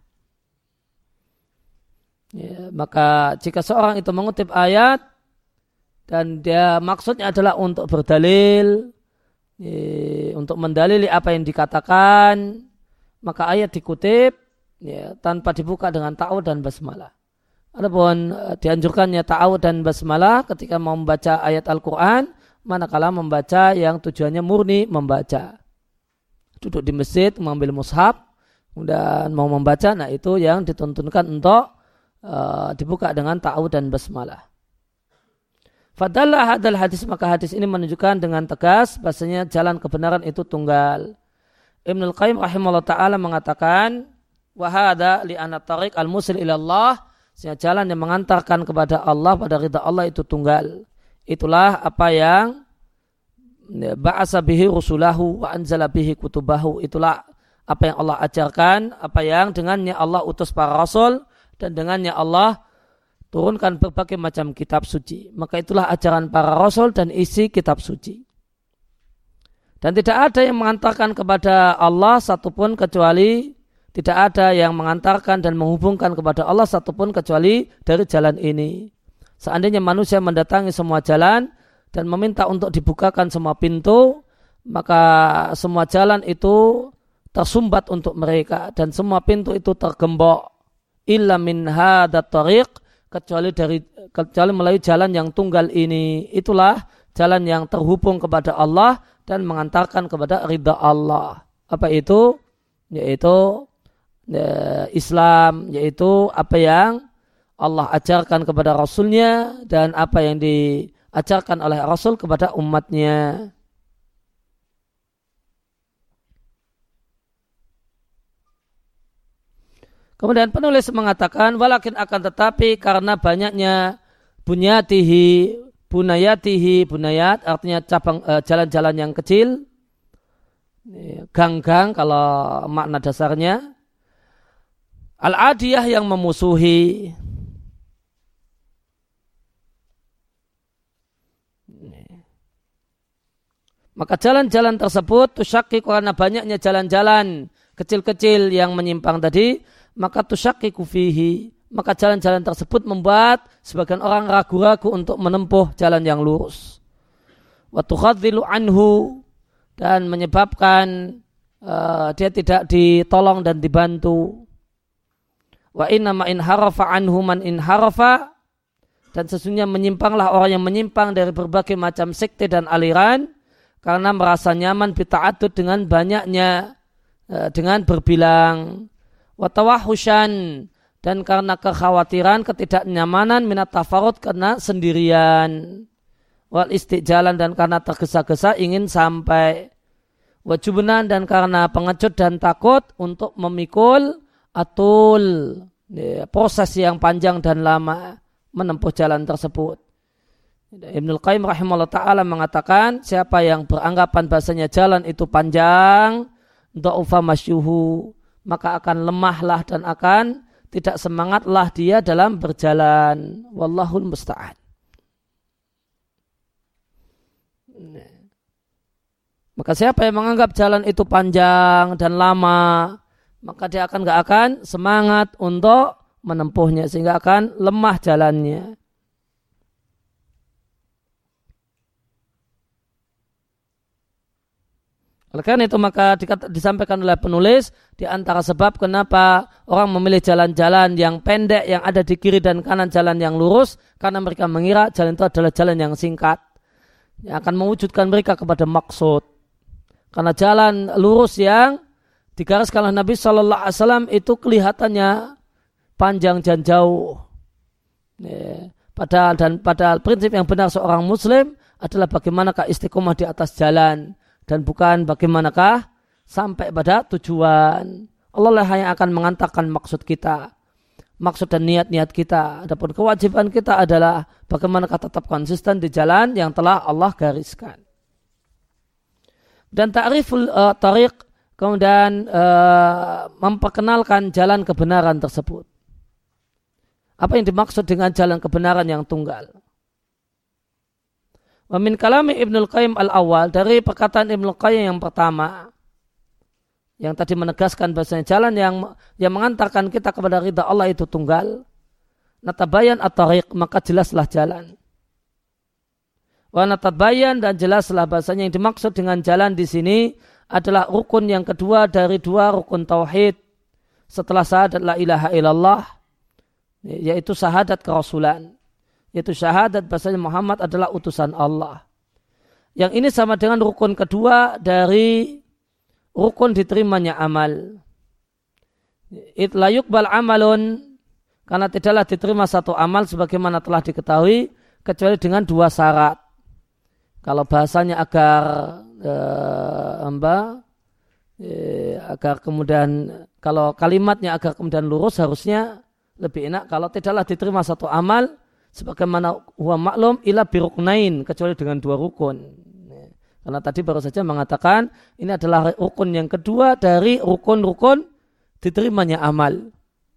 Ya, maka jika seorang itu mengutip ayat dan dia maksudnya adalah untuk berdalil, ya, untuk mendalili apa yang dikatakan, maka ayat dikutip ya, tanpa dibuka dengan ta'awud dan basmalah. Adapun dianjurkannya ta'awud dan basmalah ketika mau membaca ayat Al-Quran, manakala membaca yang tujuannya murni membaca. Duduk di masjid, mengambil mushaf, kemudian mau membaca, nah itu yang dituntunkan untuk uh, dibuka dengan ta'awud dan basmalah. Fadallah hadal hadis, maka hadis ini menunjukkan dengan tegas bahasanya jalan kebenaran itu tunggal. Ibnul Qayyim rahimahullah ta'ala mengatakan, wahada li'anna tariq al-musil ilallah, jalan yang mengantarkan kepada Allah, pada ridha Allah itu tunggal. Itulah apa yang ba'asa bihi rusulahu wa anzala bihi kutubahu. Itulah apa yang Allah ajarkan, apa yang dengannya Allah utus para rasul dan dengannya Allah turunkan berbagai macam kitab suci. Maka itulah ajaran para rasul dan isi kitab suci. Dan tidak ada yang mengantarkan kepada Allah satupun kecuali, tidak ada yang mengantarkan dan menghubungkan kepada Allah satupun kecuali dari jalan ini. Seandainya manusia mendatangi semua jalan dan meminta untuk dibukakan semua pintu, maka semua jalan itu tersumbat untuk mereka dan semua pintu itu tergembok. Illa min hadat tariq, kecuali dari kecuali melalui jalan yang tunggal ini. Itulah jalan yang terhubung kepada Allah dan mengantarkan kepada ridha Allah. Apa itu? Yaitu ya, Islam, yaitu apa yang Allah ajarkan kepada Rasulnya dan apa yang diajarkan oleh Rasul kepada umatnya. Kemudian penulis mengatakan, walakin akan tetapi karena banyaknya bunyatihi, bunayatihi, bunayat artinya cabang eh, jalan-jalan yang kecil, gang-gang kalau makna dasarnya, al-adiyah yang memusuhi, maka jalan-jalan tersebut tusyakkiku, karena banyaknya jalan-jalan kecil-kecil yang menyimpang tadi, maka tusyakkiku fihi, maka jalan-jalan tersebut membuat sebagian orang ragu-ragu untuk menempuh jalan yang lurus. Wa tukhadzilu anhu, dan menyebabkan uh, dia tidak ditolong dan dibantu. Wa inna ma in harafa anhu man in harafa, dan sesungguhnya menyimpanglah orang yang menyimpang dari berbagai macam sekte dan aliran karena merasa nyaman bita'addud dengan banyaknya, uh, dengan berbilang. Watawahusyan, dan karena kekhawatiran ketidaknyamanan minat tafarud karena sendirian, wal istijalan dan karena tergesa-gesa ingin sampai, wajubenan dan karena pengecut dan takut untuk memikul atul ya, proses yang panjang dan lama menempuh jalan tersebut. Ibnul Qayyim rahimahullah ta'ala mengatakan siapa yang beranggapan bahasanya jalan itu panjang, dha'ufa masyuhu, maka akan lemahlah dan akan tidak semangatlah dia dalam berjalan. Wallahul musta'an. Maka siapa yang menganggap jalan itu panjang dan lama, maka dia akan gak akan semangat untuk menempuhnya sehingga akan lemah jalannya. Oleh karena itu maka dikata, disampaikan oleh penulis di antara sebab kenapa orang memilih jalan-jalan yang pendek yang ada di kiri dan kanan jalan yang lurus, karena mereka mengira jalan itu adalah jalan yang singkat yang akan mewujudkan mereka kepada maksud. Karena jalan lurus yang digariskan oleh Nabi Shallallahu Alaihi Wasallam itu kelihatannya panjang dan jauh. Ya, padahal dan padahal prinsip yang benar seorang Muslim adalah bagaimanakah istiqomah di atas jalan. Dan bukan bagaimanakah sampai pada tujuan. Allah lah yang akan mengantarkan maksud kita, maksud dan niat-niat kita. Adapun kewajiban kita adalah bagaimanakah tetap konsisten di jalan yang telah Allah gariskan. Dan ta'riful uh, tariq, kemudian uh, memperkenalkan jalan kebenaran tersebut. Apa yang dimaksud dengan jalan kebenaran yang tunggal? Wa min kalami Ibnul Qayyim al-awwal, dari perkataan Ibnul Qayyim yang pertama yang tadi menegaskan bahasanya jalan yang yang mengantarkan kita kepada ridha Allah itu tunggal, natabayan at-tariq, maka jelaslah jalan. Wa natabayan, dan jelaslah bahasanya yang dimaksud dengan jalan di sini adalah rukun yang kedua dari dua rukun tauhid setelah syahadat la ilaha illallah, yaitu syahadat kerasulan. Yaitu syahadat bahasanya Muhammad adalah utusan Allah. Yang ini sama dengan rukun kedua dari rukun diterimanya amal. It la yuqbal amalun, karena tidaklah diterima satu amal sebagaimana telah diketahui kecuali dengan dua syarat. Kalau bahasanya agar eh, amba, eh, agar kemudian kalau kalimatnya agar kemudian lurus harusnya lebih enak kalau tidaklah diterima satu amal sebagaimana huwa maklum ila biruknain, kecuali dengan dua rukun. Karena tadi baru saja mengatakan ini adalah rukun yang kedua dari rukun-rukun diterimanya amal.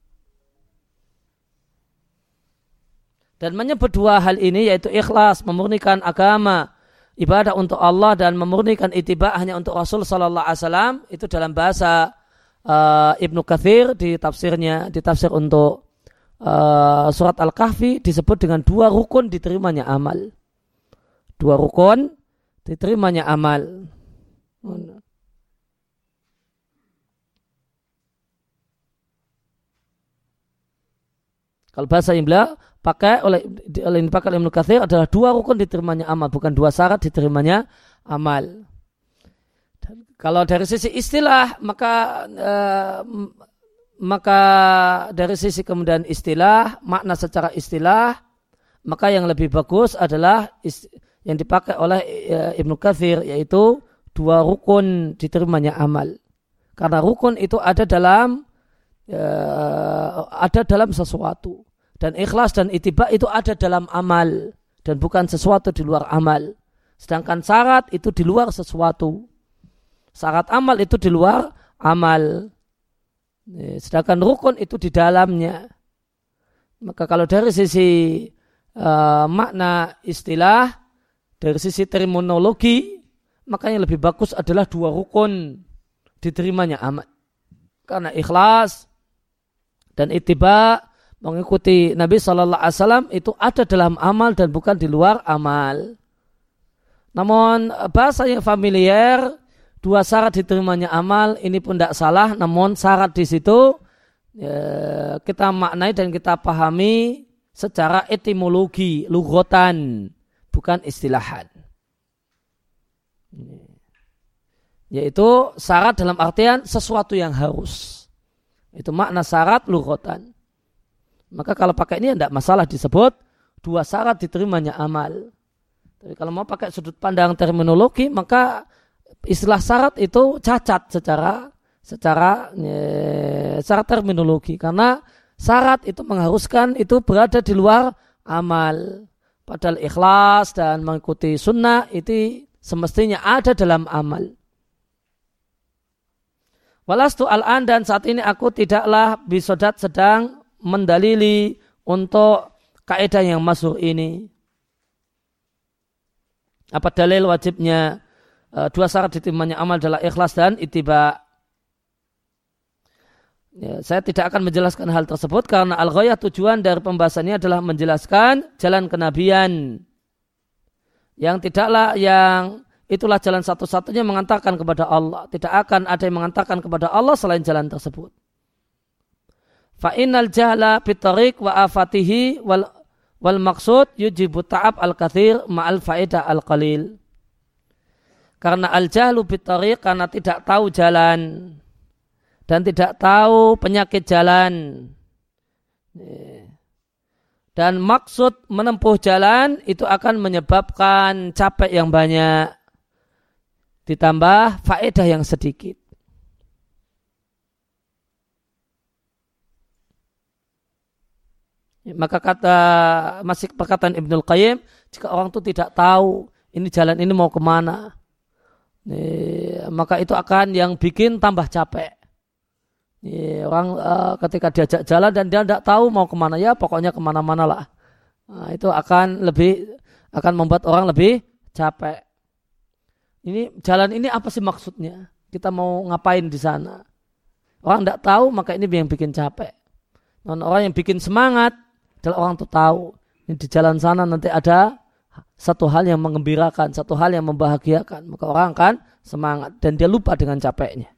Dan menyebut dua hal ini yaitu ikhlas, memurnikan agama, ibadah untuk Allah, dan memurnikan ittiba hanya untuk Rasul sallallahu alaihi wasallam, itu dalam bahasa uh, Ibnu Katsir di tafsirnya, di tafsir untuk Uh, surat Al-Kahfi disebut dengan dua rukun diterimanya amal. Dua rukun diterimanya amal. Kalau bahasa yang beliau pakai oleh oleh dipakai Ibnu Katsir adalah dua rukun diterimanya amal, bukan dua syarat diterimanya amal. Dan kalau dari sisi istilah maka uh, maka dari sisi kemudian istilah, makna secara istilah, maka yang lebih bagus adalah yang dipakai oleh Ibnu Katsir, yaitu dua rukun diterimanya amal. Karena rukun itu ada dalam uh, ada dalam sesuatu, dan ikhlas dan ittiba itu ada dalam amal dan bukan sesuatu di luar amal. Sedangkan syarat itu di luar sesuatu. Syarat amal itu di luar amal. Sedangkan rukun itu di dalamnya. Maka kalau dari sisi uh, makna istilah, dari sisi terminologi, maka yang lebih bagus adalah dua rukun diterimanya amal. Karena ikhlas dan ittiba, mengikuti Nabi Shallallahu Alaihi Wasallam itu ada dalam amal dan bukan di luar amal. Namun bahasa yang familiar, dua syarat diterimanya amal, ini pun tidak salah, namun syarat di situ ya, kita maknai dan kita pahami secara etimologi, lughatan, bukan istilahan. Yaitu syarat dalam artian sesuatu yang harus. Itu makna syarat lughatan. Maka kalau pakai ini tidak masalah disebut dua syarat diterimanya amal. Tapi kalau mau pakai sudut pandang terminologi, maka istilah syarat itu cacat secara secara e, secara terminologi. Karena syarat itu mengharuskan itu berada di luar amal. Padahal ikhlas dan mengikuti sunnah itu semestinya ada dalam amal. Walastu al-an, dan saat ini aku tidaklah bisodat sedang mendalili untuk kaidah yang masyhur ini. Apa dalil wajibnya e, dua syarat diterimanya amal adalah ikhlas dan ittiba. Ya, saya tidak akan menjelaskan hal tersebut karena al-ghayah, tujuan dari pembahasannya adalah menjelaskan jalan kenabian yang tidaklah yang itulah jalan satu-satunya mengantarkan kepada Allah. Tidak akan ada yang mengantarkan kepada Allah selain jalan tersebut. Fa innal jahla bitariq wa afatihi wal wal maqsud yujibu ta'ab al-katsir ma'al faedah al-qalil. Karena al-jahlu bitariq, karena tidak tahu jalan dan tidak tahu penyakit jalan. Dan maksud menempuh jalan itu akan menyebabkan capek yang banyak ditambah faedah yang sedikit. Maka kata masih perkataan Ibnul Qayyim, jika orang itu tidak tahu ini jalan ini mau kemana, eh, maka itu akan yang bikin tambah capek. Eh, orang eh, ketika diajak jalan dan dia tidak tahu mau kemana, ya pokoknya kemana-mana lah. Nah, itu akan lebih akan membuat orang lebih capek. Ini jalan ini apa sih maksudnya? Kita mau ngapain di sana? Orang tidak tahu, maka ini yang bikin capek. Dan orang yang bikin semangat adalah orang itu tahu. Ini di jalan sana nanti ada satu hal yang menggembirakan, satu hal yang membahagiakan. Maka orang akan semangat dan dia lupa dengan capeknya.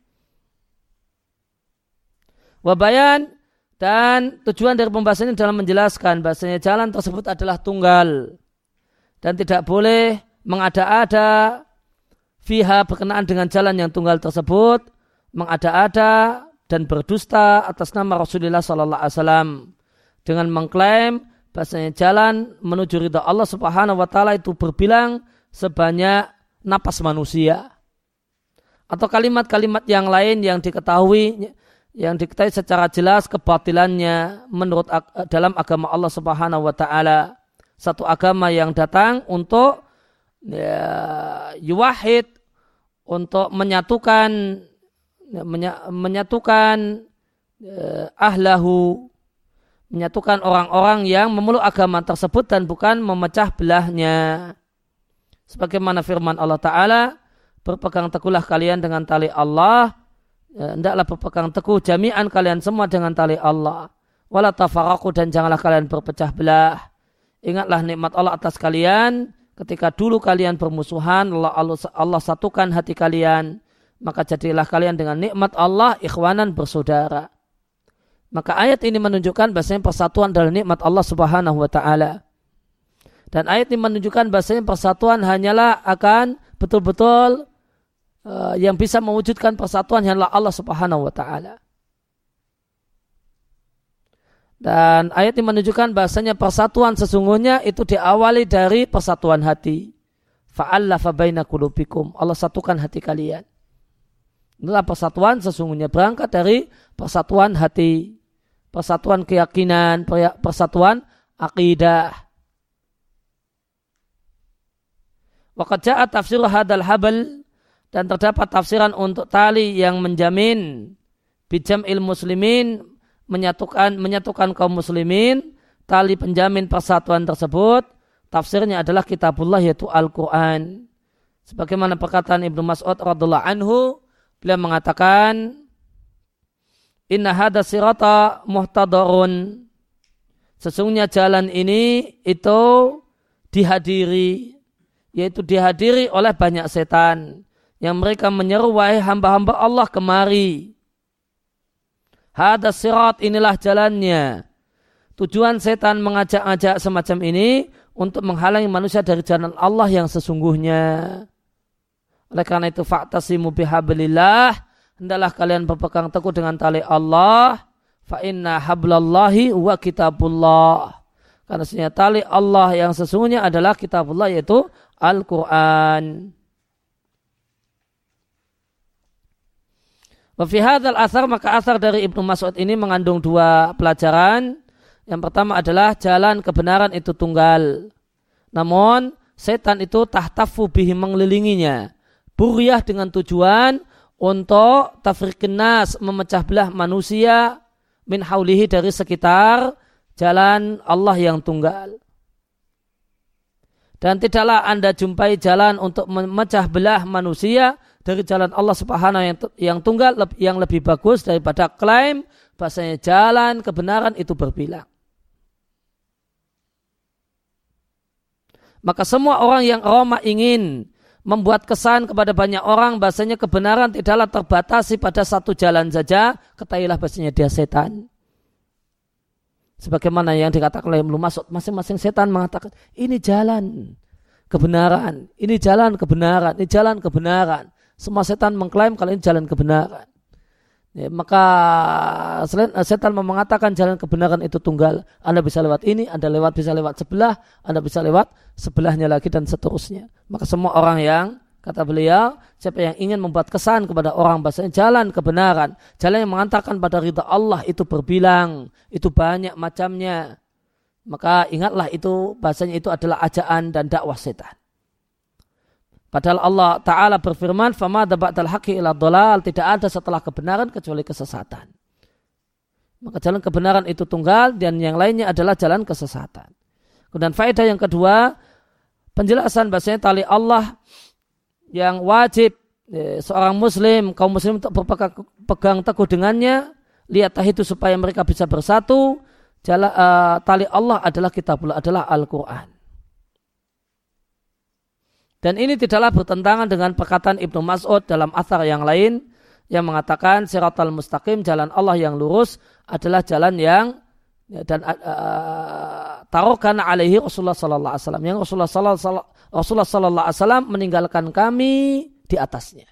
Wabayan, dan tujuan dari pembahasan ini adalah menjelaskan bahasanya jalan tersebut adalah tunggal dan tidak boleh mengada-ada fiha berkenaan dengan jalan yang tunggal tersebut, mengada-ada dan berdusta atas nama Rasulullah sallallahu alaihi wasallam dengan mengklaim bahasanya jalan menuju ridha Allah Subhanahu wa taala itu berbilang sebanyak napas manusia. Atau kalimat-kalimat yang lain yang diketahui yang diketahui secara jelas kebatilannya menurut dalam agama Allah Subhanahu wa taala. Satu agama yang datang untuk ya, yuwahid, untuk menyatukan menyatukan eh, ahlahu, menyatukan orang-orang yang memeluk agama tersebut dan bukan memecah belahnya. Sebagaimana firman Allah Ta'ala, berpegang teguhlah kalian dengan tali Allah, ya, hendaklah berpegang teguh jami'an kalian semua dengan tali Allah. Wala tafarraqu, dan janganlah kalian berpecah belah. Ingatlah nikmat Allah atas kalian ketika dulu kalian bermusuhan, Allah, Allah, Allah satukan hati kalian, maka jadilah kalian dengan nikmat Allah ikhwanan, bersaudara. Maka ayat ini menunjukkan bahasanya persatuan adalah nikmat Allah Subhanahu wa taala. Dan ayat ini menunjukkan bahasanya persatuan hanyalah akan betul-betul uh, yang bisa mewujudkan persatuan hanyalah Allah Subhanahu wa taala. Dan ayat ini menunjukkan bahasanya persatuan sesungguhnya itu diawali dari persatuan hati. Fa'allafa baina qulubikum, Allah satukan hati kalian. Inilah persatuan sesungguhnya, berangkat dari persatuan hati, persatuan keyakinan, persatuan akidah. Waqad ja'a tafsir hadal habal, dan terdapat tafsiran untuk tali yang menjamin bijam'il muslimin, menyatukan menyatukan kaum muslimin, tali penjamin persatuan tersebut. Tafsirnya adalah kitabullah, yaitu Al-Quran. Sebagaimana perkataan Ibnu Mas'ud radhiyallahu anhu, beliau mengatakan, inna hadha sirata muhtadarun, sesungguhnya jalan ini itu dihadiri, yaitu dihadiri oleh banyak setan yang mereka menyeru, wahai hamba-hamba Allah kemari. Hadha sirat, inilah jalannya. Tujuan setan mengajak-ajak semacam ini untuk menghalangi manusia dari jalan Allah yang sesungguhnya. Oleh karena itu, fa'tasimu bihablillah, hendaklah kalian berpegang teguh dengan tali Allah. fa inna hablallahi wa kitabullah. Karena sesungguhnya tali Allah yang sesungguhnya adalah kitabullah, yaitu Al-Quran. Wa fi hadzal athar, maka athar dari Ibnu Mas'ud ini mengandung dua pelajaran. Yang pertama adalah jalan kebenaran itu tunggal. Namun setan itu tahtafu bihi, mengelilinginya. Buryah dengan tujuan untuk tafriqin nas, memecah belah manusia min haulihi, dari sekitar jalan Allah yang tunggal. Dan tidaklah Anda jumpai jalan untuk memecah belah manusia dari jalan Allah Subhanahu yang, yang tunggal yang lebih bagus daripada klaim bahasanya jalan kebenaran itu berbilang. Maka semua orang yang roma ingin membuat kesan kepada banyak orang bahasanya kebenaran tidaklah terbatasi pada satu jalan saja, ketahuilah bahasanya dia setan. Sebagaimana yang dikatakan oleh Ibnu Mas'ud, masing-masing setan mengatakan ini jalan kebenaran, ini jalan kebenaran, ini jalan kebenaran. Semua setan mengklaim kalau ini jalan kebenaran. Ya, maka selain setan mengatakan jalan kebenaran itu tunggal, Anda bisa lewat ini, Anda lewat bisa lewat sebelah, Anda bisa lewat sebelahnya lagi dan seterusnya. Maka semua orang yang, kata beliau, siapa yang ingin membuat kesan kepada orang bahasanya jalan kebenaran, jalan yang mengantarkan pada ridha Allah itu berbilang, itu banyak macamnya, maka ingatlah itu bahasanya itu adalah ajaan dan dakwah setan. Padahal Allah Ta'ala berfirman, فَمَا دَبَعْدَ الْحَقِّ إِلَى الضَّلَالِ, tidak ada setelah kebenaran kecuali kesesatan. Maka jalan kebenaran itu tunggal dan yang lainnya adalah jalan kesesatan. Kemudian faedah yang kedua, penjelasan bahasanya tali Allah yang wajib eh, seorang muslim, kaum muslim untuk berpegang teguh dengannya, lihat itu supaya mereka bisa bersatu. Jala, uh, tali Allah adalah kitabullah, adalah Al-Quran. Dan ini tidaklah bertentangan dengan perkataan Ibnu Mas'ud dalam athar yang lain yang mengatakan siratal mustaqim, jalan Allah yang lurus adalah jalan yang dan uh, tarokan alaihi Rasulullah sallallahu alaihi wasallam, yang Rasulullah sallallahu Rasulullah sallallahu alaihi wasallam meninggalkan kami di atasnya.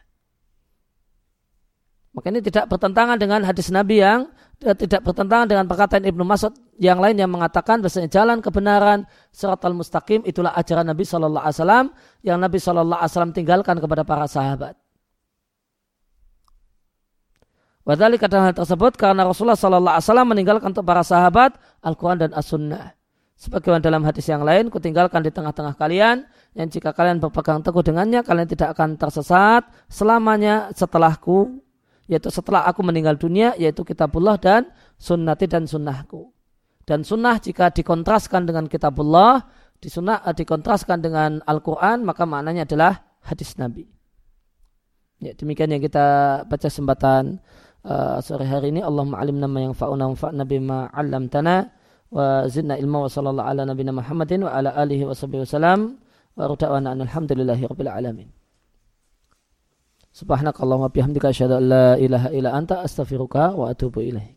Maka ini tidak bertentangan dengan hadis Nabi yang tidak bertentangan dengan perkataan Ibnu Mas'ud yang lain yang mengatakan bahwasanya jalan kebenaran siratal mustaqim itulah ajaran Nabi sallallahu alaihi wasallam yang Nabi sallallahu alaihi wasallam tinggalkan kepada para sahabat. Wadhalik adalah hal tersebut karena Rasulullah sallallahu alaihi wasallam meninggalkan untuk para sahabat Al-Quran dan As-Sunnah. Sebagaimana dalam hadis yang lain, kutinggalkan di tengah-tengah kalian yang jika kalian berpegang teguh dengannya, kalian tidak akan tersesat selamanya setelahku, yaitu setelah aku meninggal dunia, yaitu kitabullah dan sunnati dan sunnahku. Dan sunnah jika dikontraskan dengan kitabullah, di sunnah dikontraskan dengan Al-Quran, maka maknanya adalah hadis Nabi. Ya, demikian yang kita baca sembatan uh, sore hari ini. Allahumma alimna ma yanfa'una wanfa'na bima 'allamtana wa zidna ilma wa sallallahu ala nabiyina Muhammadin wa ala alihi wa sahbihi wasallam wa ruta'wana alhamdulillahi rabbil alamin. Subhanakallahumma bihamdika asyhadu an la ilaha illa anta astaghfiruka wa atubu ilaik.